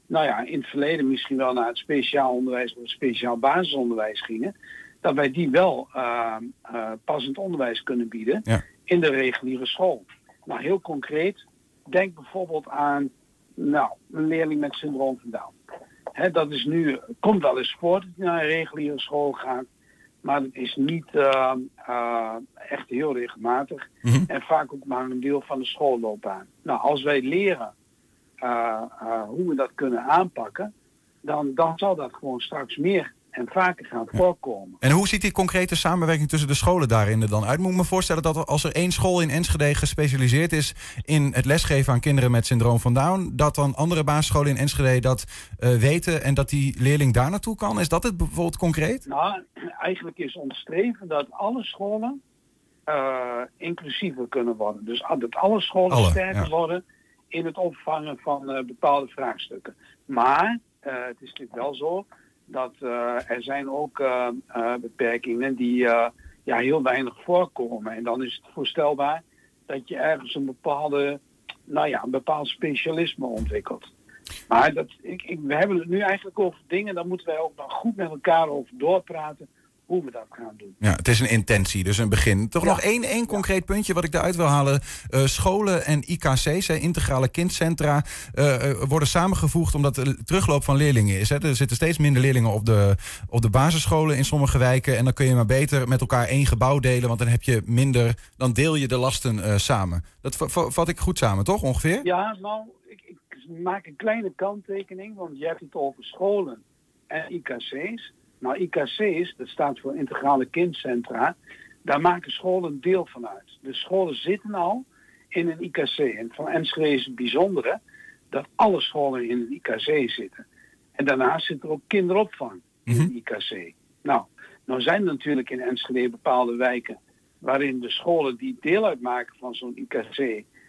nou ja, in het verleden misschien wel naar het speciaal onderwijs of het speciaal basisonderwijs gingen, dat wij die wel uh, uh, passend onderwijs kunnen bieden ja. in de reguliere school. Nou, heel concreet, denk bijvoorbeeld aan nou, een leerling met syndroom van Down. Hè, dat is nu, komt wel eens voor dat hij naar een reguliere school gaat, maar het is niet uh, uh, echt heel regelmatig mm-hmm. en vaak ook maar een deel van de schoolloopbaan. Nou, als wij leren uh, uh, hoe we dat kunnen aanpakken, dan, dan zal dat gewoon straks meer en vaker gaan ja. voorkomen. En hoe ziet die concrete samenwerking tussen de scholen daarin er dan uit? Moet ik me voorstellen dat als er één school in Enschede gespecialiseerd is in het lesgeven aan kinderen met syndroom van Down, dat dan andere basisscholen in Enschede dat uh, weten en dat die leerling daar naartoe kan? Is dat het bijvoorbeeld concreet? Nou, eigenlijk is ons streven dat alle scholen uh, inclusiever kunnen worden. Dus dat alle scholen alle, sterker ja. worden in het opvangen van uh, bepaalde vraagstukken. Maar uh, het is natuurlijk wel zo dat uh, er zijn ook uh, uh, beperkingen die uh, ja, heel weinig voorkomen. En dan is het voorstelbaar dat je ergens een bepaalde, nou ja, een bepaald specialisme ontwikkelt. Maar dat, ik, ik, we hebben het nu eigenlijk over dingen, daar moeten wij ook nog goed met elkaar over doorpraten hoe we dat gaan doen. Ja, het is een intentie, dus een begin. Toch ja. nog één, één concreet ja. puntje wat ik daaruit wil halen. Uh, scholen en I K C's, hè, integrale kindcentra, uh, uh, worden samengevoegd omdat er terugloop van leerlingen is. Hè. Er zitten steeds minder leerlingen op de, op de basisscholen in sommige wijken. En dan kun je maar beter met elkaar één gebouw delen, want dan heb je minder, dan deel je de lasten uh, samen. Dat v- v- vat ik goed samen, toch ongeveer? Ja, nou, ik, ik maak een kleine kanttekening, want je hebt het over scholen en I K C's. Nou, I K C's, dat staat voor integrale kindcentra, daar maken scholen deel van uit. De scholen zitten al in een I K C. En van Enschede is het bijzondere dat alle scholen in een I K C zitten. En daarnaast zit er ook kinderopvang in een I K C. Nou, nou zijn er natuurlijk in Enschede bepaalde wijken waarin de scholen die deel uitmaken van zo'n I K C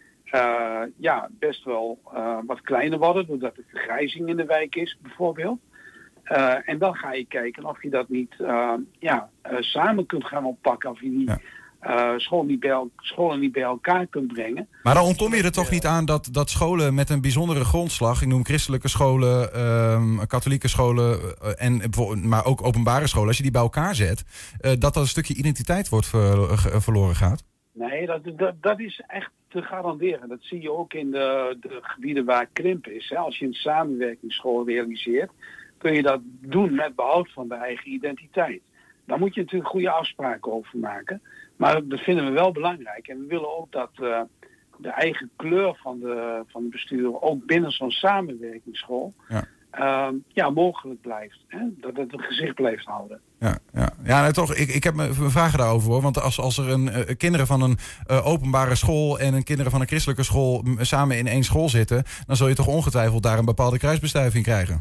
uh, ja, best wel uh, wat kleiner worden, doordat er vergrijzing in de wijk is bijvoorbeeld. Uh, en dan ga je kijken of je dat niet uh, ja, uh, samen kunt gaan oppakken. Of je die ja. uh, school niet bij el- scholen niet bij elkaar kunt brengen. Maar dan ontkom je er toch niet aan dat, dat scholen met een bijzondere grondslag, ik noem christelijke scholen, um, katholieke scholen, uh, en, maar ook openbare scholen, als je die bij elkaar zet, uh, dat dat een stukje identiteit wordt ver, uh, verloren gaat? Nee, dat, dat, dat is echt te garanderen. Dat zie je ook in de, de gebieden waar krimp is. Hè. Als je een samenwerkingsschool realiseert, kun je dat doen met behoud van de eigen identiteit. Daar moet je natuurlijk goede afspraken over maken. Maar dat vinden we wel belangrijk. En we willen ook dat uh, de eigen kleur van de, van de bestuur ook binnen zo'n samenwerkingsschool ja. Uh, ja, mogelijk blijft. Hè? Dat het een gezicht blijft houden. Ja, ja. ja nou, toch, ik, ik heb mijn vragen daarover hoor. Want als, als er een, uh, kinderen van een uh, openbare school en een kinderen van een christelijke school m- samen in één school zitten, dan zul je toch ongetwijfeld daar een bepaalde kruisbestuiving krijgen.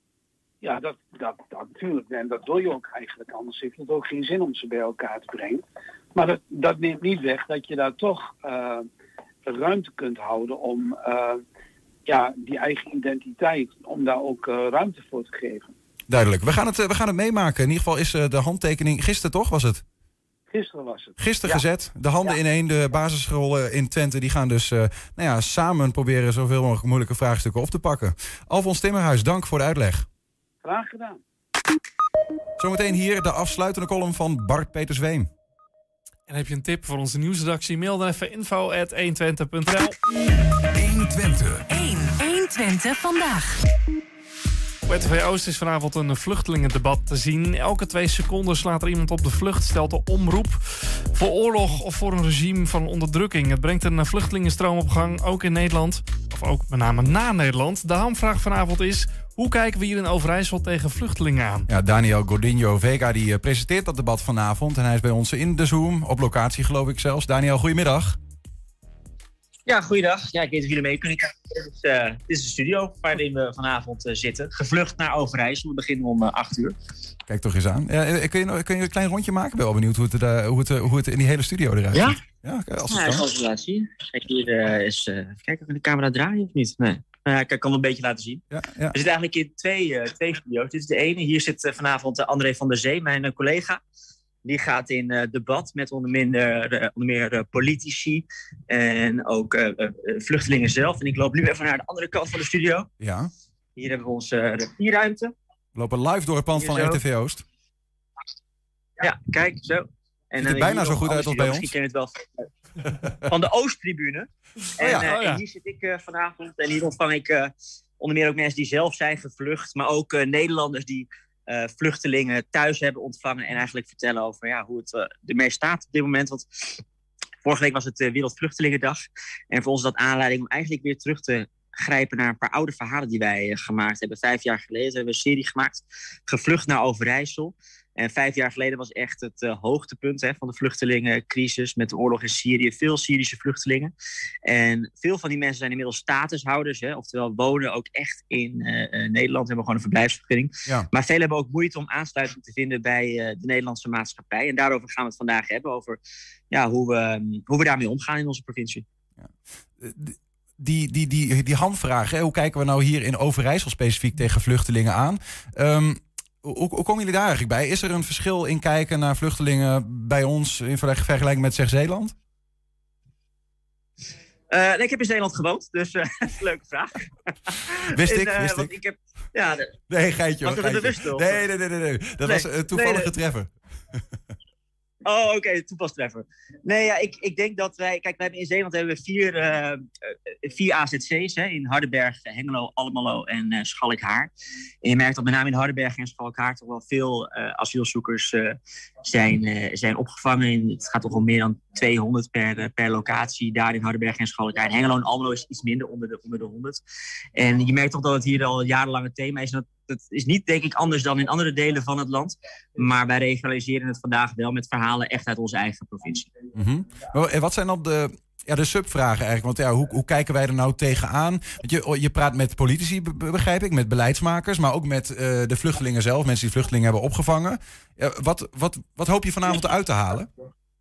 Ja, dat, dat, dat natuurlijk. En dat wil je ook eigenlijk. Anders heeft het ook geen zin om ze bij elkaar te brengen. Maar dat, dat neemt niet weg dat je daar toch uh, ruimte kunt houden om uh, ja, die eigen identiteit, om daar ook uh, ruimte voor te geven. Duidelijk. We gaan het, uh, we gaan het meemaken. In ieder geval is uh, de handtekening, gisteren toch was het? Gisteren was het. Gisteren ja. gezet. De handen ja. ineen. De basisscholen in Twente die gaan dus uh, nou ja, samen proberen zoveel mogelijk moeilijke vraagstukken op te pakken. Alfons Timmerhuis, dank voor de uitleg. Graag gedaan. Zometeen hier de afsluitende column van Bart Petersweem. En heb je een tip voor onze nieuwsredactie? Mail dan even info at honderdtwintig punt n l. honderdtwintig. honderdtwintig vandaag. Op R T V Oost is vanavond een vluchtelingendebat te zien. Elke twee seconden slaat er iemand op de vlucht, stelt de omroep voor oorlog of voor een regime van onderdrukking. Het brengt een vluchtelingenstroom op gang, ook in Nederland. Of ook met name na Nederland. De hamvraag vanavond is: hoe kijken we hier in Overijssel tegen vluchtelingen aan? Ja, Daniel Gordinho Vega die presenteert dat debat vanavond. En hij is bij ons in de Zoom, op locatie geloof ik zelfs. Daniel, goedemiddag. Ja, goeiedag. Ja, ik weet of jullie mee kunnen kijken. Dus, uh, dit is de studio waarin we vanavond uh, zitten. Gevlucht naar Overijssel. We beginnen om uh, acht uur. Kijk toch eens aan. Ja, kun, je, kun je een klein rondje maken? Ik ben wel benieuwd hoe het, uh, hoe, het, uh, hoe het in die hele studio eruit ja? ziet. Ja, als het ja, ik zal het laten zien. Kijk, hier uh, is... Uh, even kijken of we de camera draaien of niet. Nee. Uh, ik kan het een beetje laten zien. Ja, ja. We zitten eigenlijk in twee, uh, twee studio's. Dit is de ene. Hier zit uh, vanavond uh, André van der Zee, mijn uh, collega. Die gaat in uh, debat met onder meer, uh, onder meer uh, politici en ook uh, uh, vluchtelingen zelf. En ik loop nu even naar de andere kant van de studio. Ja. Hier hebben we onze repierruimte. We lopen live door het pand Hier van zo. R T V Oost. Ja, kijk, zo. En Ziet er bijna zo goed uit als bij ons. Misschien ken je het wel van de Oosttribune. En, ja, uh, oh ja. en hier zit ik uh, vanavond. En hier ontvang ik uh, onder meer ook mensen die zelf zijn gevlucht. Maar ook uh, Nederlanders die uh, vluchtelingen thuis hebben ontvangen. En eigenlijk vertellen over ja, hoe het uh, ermee staat op dit moment. Want vorige week was het uh, Wereldvluchtelingendag. En voor ons is dat aanleiding om eigenlijk weer terug te grijpen naar een paar oude verhalen die wij uh, gemaakt hebben. Vijf jaar geleden hebben we een serie gemaakt. Gevlucht naar Overijssel. En vijf jaar geleden was echt het uh, hoogtepunt hè, van de vluchtelingencrisis met de oorlog in Syrië. Veel Syrische vluchtelingen. En veel van die mensen zijn inmiddels statushouders. Hè, oftewel wonen ook echt in uh, uh, Nederland, hebben gewoon een verblijfsvergunning. Ja. Maar velen hebben ook moeite om aansluiting te vinden bij uh, de Nederlandse maatschappij. En daarover gaan we het vandaag hebben. Over ja, hoe, we, um, hoe we daarmee omgaan in onze provincie. Ja. Die, die, die, die hamvraag, hè, hoe kijken we nou hier in Overijssel specifiek tegen vluchtelingen aan? Um, Hoe, hoe komen jullie daar eigenlijk bij? Is er een verschil in kijken naar vluchtelingen bij ons in vergelijking met zeg Zeeland? Uh, nee, ik heb in Zeeland gewoond, dus uh, leuke vraag. Wist en, ik, uh, wist want ik. ik heb, ja, de, nee, geitje. Was hoor, dat een geitje. bewuste? Nee, nee, nee, nee, nee. Dat nee, was een toevallige nee, nee. treffer. Oh, oké, okay, toepastreffer. Nee, ja, ik, ik denk dat wij... Kijk, we hebben in Zeeland hebben we vier, uh, vier A Z C's. Hè, in Hardenberg, Hengelo, Almelo en uh, Schalkhaar. En je merkt dat met name in Hardenberg en Schalkhaar toch wel veel uh, asielzoekers uh, zijn, uh, zijn opgevangen. Het gaat toch om meer dan tweehonderd per, uh, per locatie. Daar in Hardenberg en Schalkhaar. En Hengelo en Almelo is iets minder, onder de, onder de honderd. En je merkt toch dat het hier al jarenlang een thema is. En dat, dat is niet, denk ik, anders dan in andere delen van het land. Maar wij regionaliseren het vandaag wel met verhalen echt uit onze eigen provincie. Mm-hmm. En wat zijn dan de, ja, de subvragen eigenlijk? Want ja, hoe, hoe kijken wij er nou tegenaan? Want je, je praat met politici, begrijp ik, met beleidsmakers, maar ook met uh, de vluchtelingen zelf, mensen die vluchtelingen hebben opgevangen. Ja, wat, wat, wat hoop je vanavond uit te halen?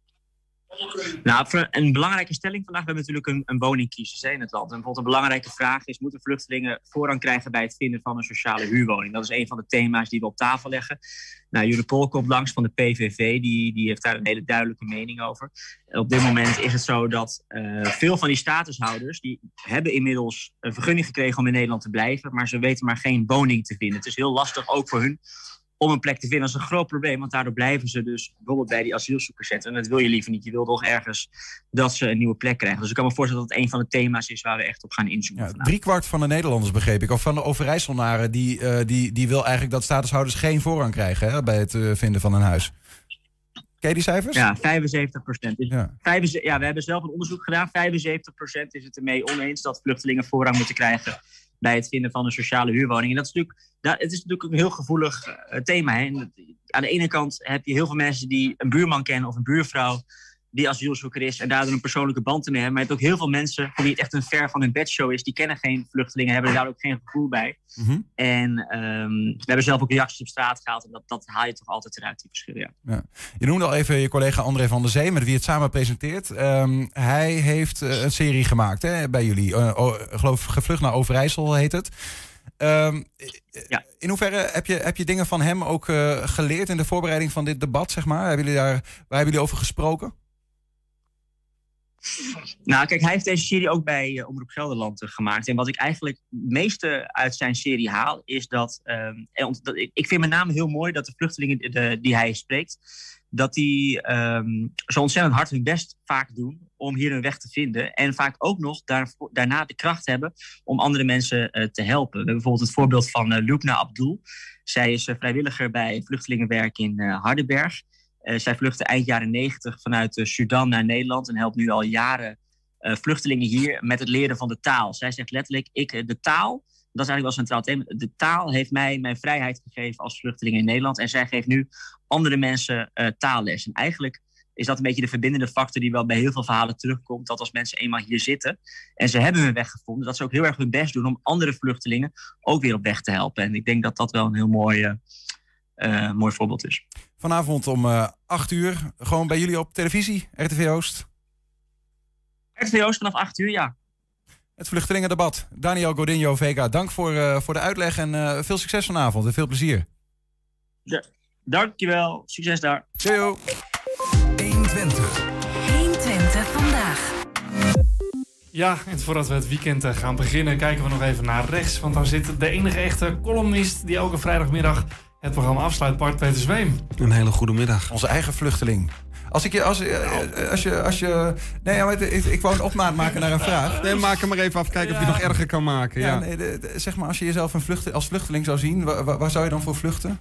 Nou, een belangrijke stelling vandaag. We hebben natuurlijk een, een woningcrisis in het land. En bijvoorbeeld een belangrijke vraag is: moeten vluchtelingen voorrang krijgen bij het vinden van een sociale huurwoning? Dat is een van de thema's die we op tafel leggen. Nou, Jure Pol komt langs van de P V V, die, die heeft daar een hele duidelijke mening over. En op dit moment is het zo dat uh, veel van die statushouders, die hebben inmiddels een vergunning gekregen om in Nederland te blijven, maar ze weten maar geen woning te vinden. Het is heel lastig ook voor hun om een plek te vinden. Dat is een groot probleem, want daardoor blijven ze dus bijvoorbeeld bij die asielzoekers zitten. En dat wil je liever niet. Je wil toch ergens dat ze een nieuwe plek krijgen. Dus ik kan me voorstellen dat het een van de thema's is waar we echt op gaan inzoomen. Ja, driekwart van de Nederlanders, begreep ik, of van de Overijsselnaren, die, uh, die, die wil eigenlijk dat statushouders geen voorrang krijgen hè, bij het uh, vinden van een huis. Ken je die cijfers? Ja, vijfenzeventig procent. Ja. Ja, we hebben zelf een onderzoek gedaan. vijfenzeventig procent is het ermee oneens dat vluchtelingen voorrang moeten krijgen bij het vinden van een sociale huurwoning. En dat is natuurlijk, dat, het is natuurlijk een heel gevoelig uh, thema. Hè? En aan de ene kant heb je heel veel mensen die een buurman kennen of een buurvrouw die asielzoeker is en daardoor een persoonlijke band mee hebben. Maar je hebt ook heel veel mensen voor wie het echt een ver van hun bedshow is. Die kennen geen vluchtelingen, hebben er daar ook geen gevoel bij. Mm-hmm. En um, we hebben zelf ook reacties op straat gehaald. En dat, dat haal je toch altijd eruit, die verschillen. Ja. Ja. Je noemde al even je collega André van der Zee, met wie het samen presenteert. Um, hij heeft uh, een serie gemaakt hè, bij jullie. Uh, oh, geloof Gevlucht naar Overijssel heet het. Um, ja. In hoeverre heb je, heb je dingen van hem ook uh, geleerd in de voorbereiding van dit debat, zeg maar? Hebben jullie daar, waar hebben jullie over gesproken? Nou, kijk, hij heeft deze serie ook bij uh, Omroep Gelderland uh, gemaakt. En wat ik eigenlijk het meeste uit zijn serie haal, is dat... Um, en, dat ik, ik vind met name heel mooi dat de vluchtelingen de, die hij spreekt, dat die um, zo ontzettend hard hun best vaak doen om hier een weg te vinden. En vaak ook nog daar, daarna de kracht hebben om andere mensen uh, te helpen. We hebben bijvoorbeeld het voorbeeld van uh, Lubna Abdul. Zij is uh, vrijwilliger bij vluchtelingenwerk in uh, Hardenberg. Uh, zij vluchtte eind jaren negentig vanuit uh, Sudan naar Nederland en helpt nu al jaren uh, vluchtelingen hier met het leren van de taal. Zij zegt letterlijk, ik, de taal, dat is eigenlijk wel een centraal thema, de taal heeft mij mijn vrijheid gegeven als vluchteling in Nederland en zij geeft nu andere mensen uh, taalles. En eigenlijk is dat een beetje de verbindende factor die wel bij heel veel verhalen terugkomt, dat als mensen eenmaal hier zitten en ze hebben hun weg gevonden, dat ze ook heel erg hun best doen om andere vluchtelingen ook weer op weg te helpen. En ik denk dat dat wel een heel mooi, uh, uh, mooi voorbeeld is. Vanavond om uh, acht uur, gewoon bij jullie op televisie, R T V Oost. R T V Oost vanaf acht uur, ja. Het vluchtelingendebat. Daniel Godinho, Vega, dank voor, uh, voor de uitleg en uh, veel succes vanavond en veel plezier. Ja, dankjewel, succes daar. Ciao. honderdtwintig. honderdtwintig vandaag. Ja, en voordat we het weekend uh, gaan beginnen, kijken we nog even naar rechts. Want daar zit de enige echte columnist die elke vrijdagmiddag het programma afsluit, Bart Peter Zweem. Een hele goede middag. Onze eigen vluchteling. Als ik je, als, uh, als je, als je, nee, ja, maar ik, ik wou een opmaat maken naar een vraag. Nee, maak hem maar even af, kijken ja. of je nog erger kan maken. Ja, ja. Nee, de, de, zeg maar, als je jezelf een vlucht, als vluchteling zou zien, waar, waar, waar zou je dan voor vluchten?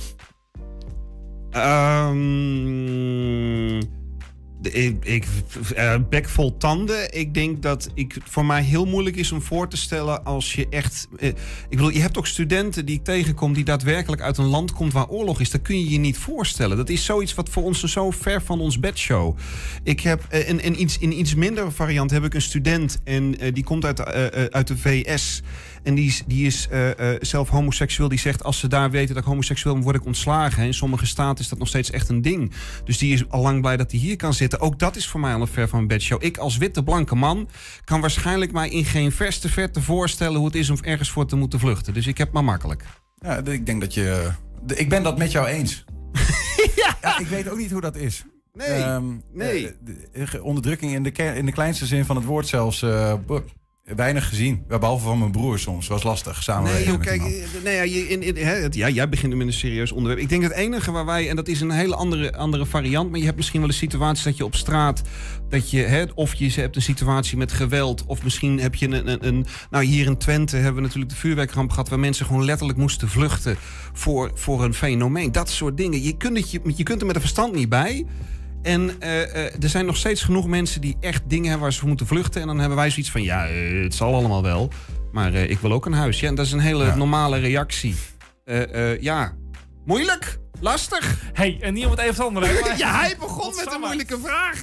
Um, ik, ik, uh, bek vol tanden. Ik denk dat het voor mij heel moeilijk is om voor te stellen als je echt... Uh, ik bedoel, je hebt ook studenten die ik tegenkom die daadwerkelijk uit een land komt waar oorlog is. Dat kun je je niet voorstellen. Dat is zoiets wat voor ons zo ver van ons bedshow. Ik heb uh, in, in, iets, in iets mindere variant heb ik een student en uh, die komt uit, uh, uh, uit de V S. En die is, die is uh, uh, zelf homoseksueel. Die zegt, als ze daar weten dat ik homoseksueel ben, word ik ontslagen. In sommige staten is dat nog steeds echt een ding. Dus die is al lang blij dat hij hier kan zitten. Ook dat is voor mij al een ver van mijn bedshow. Ik als witte blanke man kan waarschijnlijk mij in geen verste verte voorstellen hoe het is om ergens voor te moeten vluchten. Dus ik heb maar makkelijk. Ja, ik denk dat je... Ik ben dat met jou eens. ja. Ja, ik weet ook niet hoe dat is. Nee, um, nee. Uh, de onderdrukking in de, in de kleinste zin van het woord zelfs... Uh, weinig gezien. Behalve van mijn broer soms. Was lastig. Samen. Nee, joh, kijk, nee, ja, je, in, in, hè, het, ja, jij begint met een serieus onderwerp. Ik denk het enige waar wij, en dat is een hele andere, andere variant, maar je hebt misschien wel een situatie dat je op straat, dat je, hè, of je hebt een situatie met geweld, of misschien heb je een, een, een nou hier in Twente hebben we natuurlijk de vuurwerkramp gehad, waar mensen gewoon letterlijk moesten vluchten voor, voor een fenomeen. Dat soort dingen. Je kunt, het, je, je kunt er met een verstand niet bij. En uh, uh, er zijn nog steeds genoeg mensen die echt dingen hebben waar ze voor moeten vluchten. En dan hebben wij zoiets van, ja, uh, het zal allemaal wel. Maar uh, ik wil ook een huis. Ja, en dat is een hele ja. normale reactie. Uh, uh, ja, moeilijk, lastig. Hey, en niet om het even andere. Ja, hij begon met een moeilijke vraag.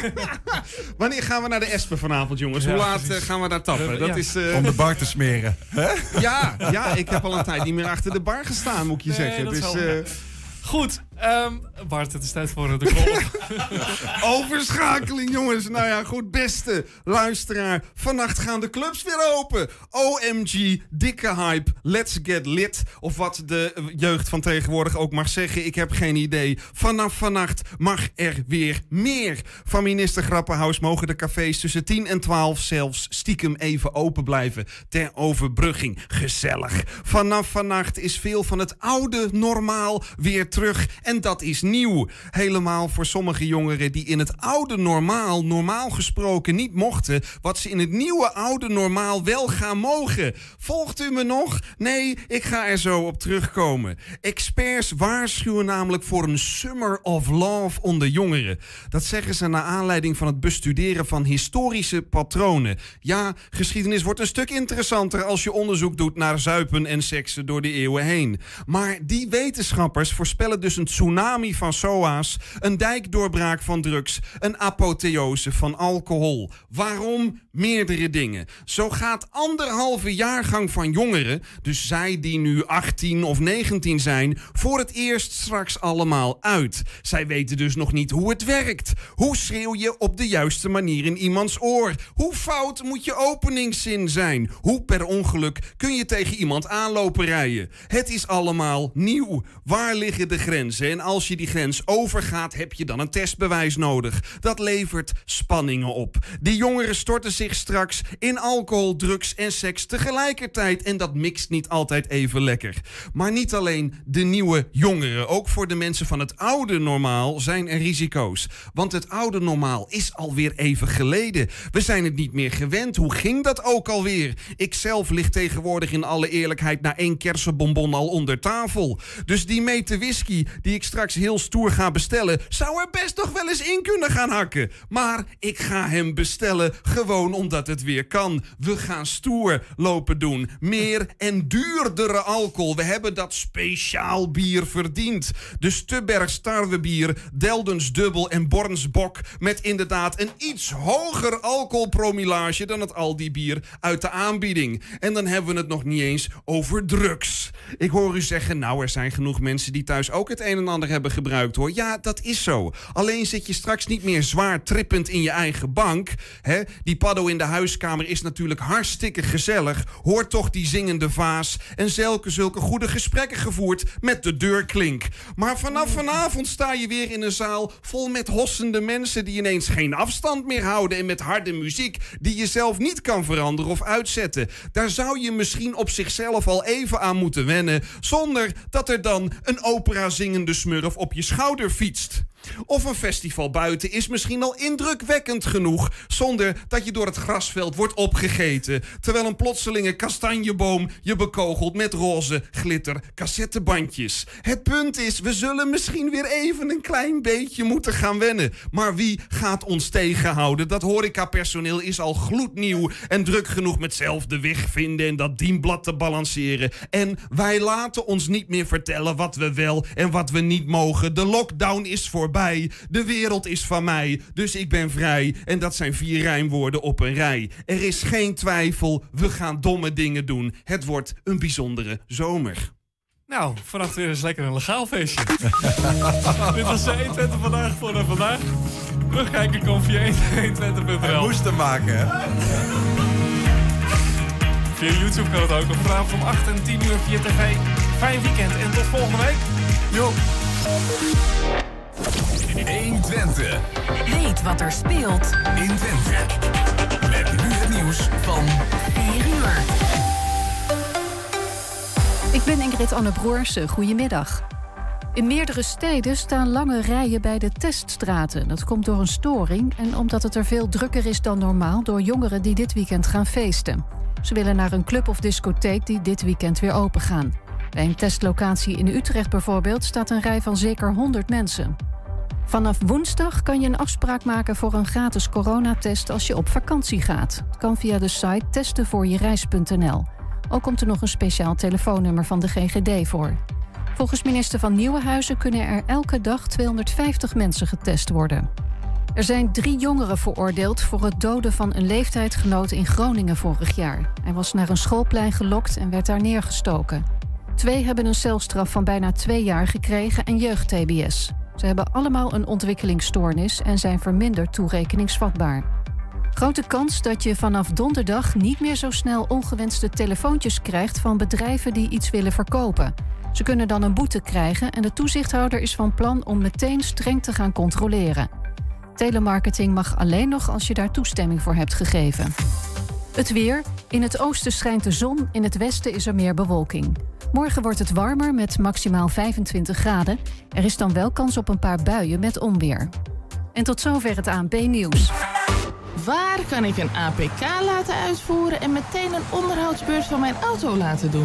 Wanneer gaan we naar de Espen vanavond, jongens? Hoe laat uh, gaan we daar tappen? Uh, dat ja. is, uh... Om de bar te smeren. ja, ja, ik heb al een tijd niet meer achter de bar gestaan, moet ik je nee, zeggen. Dat dus, uh... Goed, um, Bart, het is tijd voor de kolom. Overschakeling, jongens. Nou ja, goed, beste luisteraar. Vannacht gaan de clubs weer open. O M G, dikke hype, let's get lit. Of wat de jeugd van tegenwoordig ook mag zeggen. Ik heb geen idee. Vanaf vannacht mag er weer meer. Van minister Grappenhaus mogen de cafés tussen tien en twaalf zelfs stiekem even open blijven. Ter overbrugging. Gezellig. Vanaf vannacht is veel van het oude normaal weer terug. En dat is nieuw. Helemaal voor sommige jongeren die in het oude normaal, normaal gesproken, niet mochten, wat ze in het nieuwe oude normaal wel gaan mogen. Volgt u me nog? Nee, ik ga er zo op terugkomen. Experts waarschuwen namelijk voor een summer of love onder jongeren. Dat zeggen ze naar aanleiding van het bestuderen van historische patronen. Ja, geschiedenis wordt een stuk interessanter als je onderzoek doet naar zuipen en seksen door de eeuwen heen. Maar die wetenschappers voorspellen dus een tsunami van S O A's, een dijkdoorbraak van drugs, een apotheose van alcohol. Waarom? Meerdere dingen. Zo gaat anderhalve jaargang van jongeren, dus zij die nu achttien of negentien zijn, voor het eerst straks allemaal uit. Zij weten dus nog niet hoe het werkt. Hoe schreeuw je op de juiste manier in iemands oor? Hoe fout moet je openingszin zijn? Hoe per ongeluk kun je tegen iemand aanlopen rijden? Het is allemaal nieuw. Waar liggen de grenzen? En als je die grens overgaat, heb je dan een testbewijs nodig. Dat levert spanningen op. Die jongeren storten zich straks in alcohol, drugs en seks tegelijkertijd. En dat mixt niet altijd even lekker. Maar niet alleen de nieuwe jongeren. Ook voor de mensen van het oude normaal zijn er risico's. Want het oude normaal is alweer even geleden. We zijn het niet meer gewend. Hoe ging dat ook alweer? Ikzelf lig tegenwoordig in alle eerlijkheid na één kersenbonbon al onder tafel. Dus die meter whisky die ik straks heel stoer ga bestellen, zou er best nog wel eens in kunnen gaan hakken. Maar ik ga hem bestellen gewoon omdat het weer kan. We gaan stoer lopen doen. Meer en duurdere alcohol. We hebben dat speciaal bier verdiend. De Stubbergs tarwebier, Deldens dubbel en Borns bok met inderdaad een iets hoger alcoholpromillage dan het Aldi bier uit de aanbieding. En dan hebben we het nog niet eens over drugs. Ik hoor u zeggen, nou er zijn genoeg mensen die thuis ook het een een en ander hebben gebruikt, hoor. Ja, dat is zo. Alleen zit je straks niet meer zwaar trippend in je eigen bank. Hè? Die paddo in de huiskamer is natuurlijk hartstikke gezellig. Hoort toch die zingende vaas. En zulke, zulke goede gesprekken gevoerd met de deurklink. Maar vanaf vanavond sta je weer in een zaal vol met hossende mensen die ineens geen afstand meer houden en met harde muziek die je zelf niet kan veranderen of uitzetten. Daar zou je misschien op zichzelf al even aan moeten wennen, zonder dat er dan een opera zingende smurf op je schouder fietst. Of een festival buiten is misschien al indrukwekkend genoeg, zonder dat je door het grasveld wordt opgegeten, terwijl een plotselinge kastanjeboom je bekogelt met roze glitter cassettebandjes. Het punt is, we zullen misschien weer even een klein beetje moeten gaan wennen. Maar wie gaat ons tegenhouden? Dat horecapersoneel is al gloednieuw en druk genoeg met zelf de weg vinden en dat dienblad te balanceren. En wij laten ons niet meer vertellen wat we wel en wat we niet mogen. De lockdown is voorbij. De wereld is van mij, dus ik ben vrij. En dat zijn vier rijmwoorden op een rij. Er is geen twijfel, we gaan domme dingen doen. Het wordt een bijzondere zomer. Nou, vannacht weer eens lekker een legaal feestje. Dit was honderdtwintig vandaag voor de vandaag. Terugkijken komt via honderdtwintig punt n l. Hij moest hem maken, hè? Via YouTube kan het ook. Op vanavond om acht en tien uur via tv. Fijn weekend en tot volgende week. Jo. honderdtwintig. Weet wat er speelt in Twente. Met nu het nieuws van vier uur. Ik ben Ingrid Anne Broersen. Goedemiddag. In meerdere steden staan lange rijen bij de teststraten. Dat komt door een storing en omdat het er veel drukker is dan normaal door jongeren die dit weekend gaan feesten. Ze willen naar een club of discotheek die dit weekend weer open gaan. Bij een testlocatie in Utrecht bijvoorbeeld staat een rij van zeker honderd mensen. Vanaf woensdag kan je een afspraak maken voor een gratis coronatest als je op vakantie gaat. Het kan via de site testen voor je reis punt n l. Ook komt er nog een speciaal telefoonnummer van de G G D voor. Volgens minister van Nieuwenhuizen kunnen er elke dag tweehonderdvijftig mensen getest worden. Er zijn drie jongeren veroordeeld voor het doden van een leeftijdsgenoot in Groningen vorig jaar. Hij was naar een schoolplein gelokt en werd daar neergestoken. Twee hebben een celstraf van bijna twee jaar gekregen en jeugd-T B S. Ze hebben allemaal een ontwikkelingsstoornis en zijn verminderd toerekeningsvatbaar. Grote kans dat je vanaf donderdag niet meer zo snel ongewenste telefoontjes krijgt van bedrijven die iets willen verkopen. Ze kunnen dan een boete krijgen en de toezichthouder is van plan om meteen streng te gaan controleren. Telemarketing mag alleen nog als je daar toestemming voor hebt gegeven. Het weer. In het oosten schijnt de zon, in het westen is er meer bewolking. Morgen wordt het warmer met maximaal vijfentwintig graden. Er is dan wel kans op een paar buien met onweer. En tot zover het A N P-nieuws. Waar kan ik een A P K laten uitvoeren en meteen een onderhoudsbeurt van mijn auto laten doen?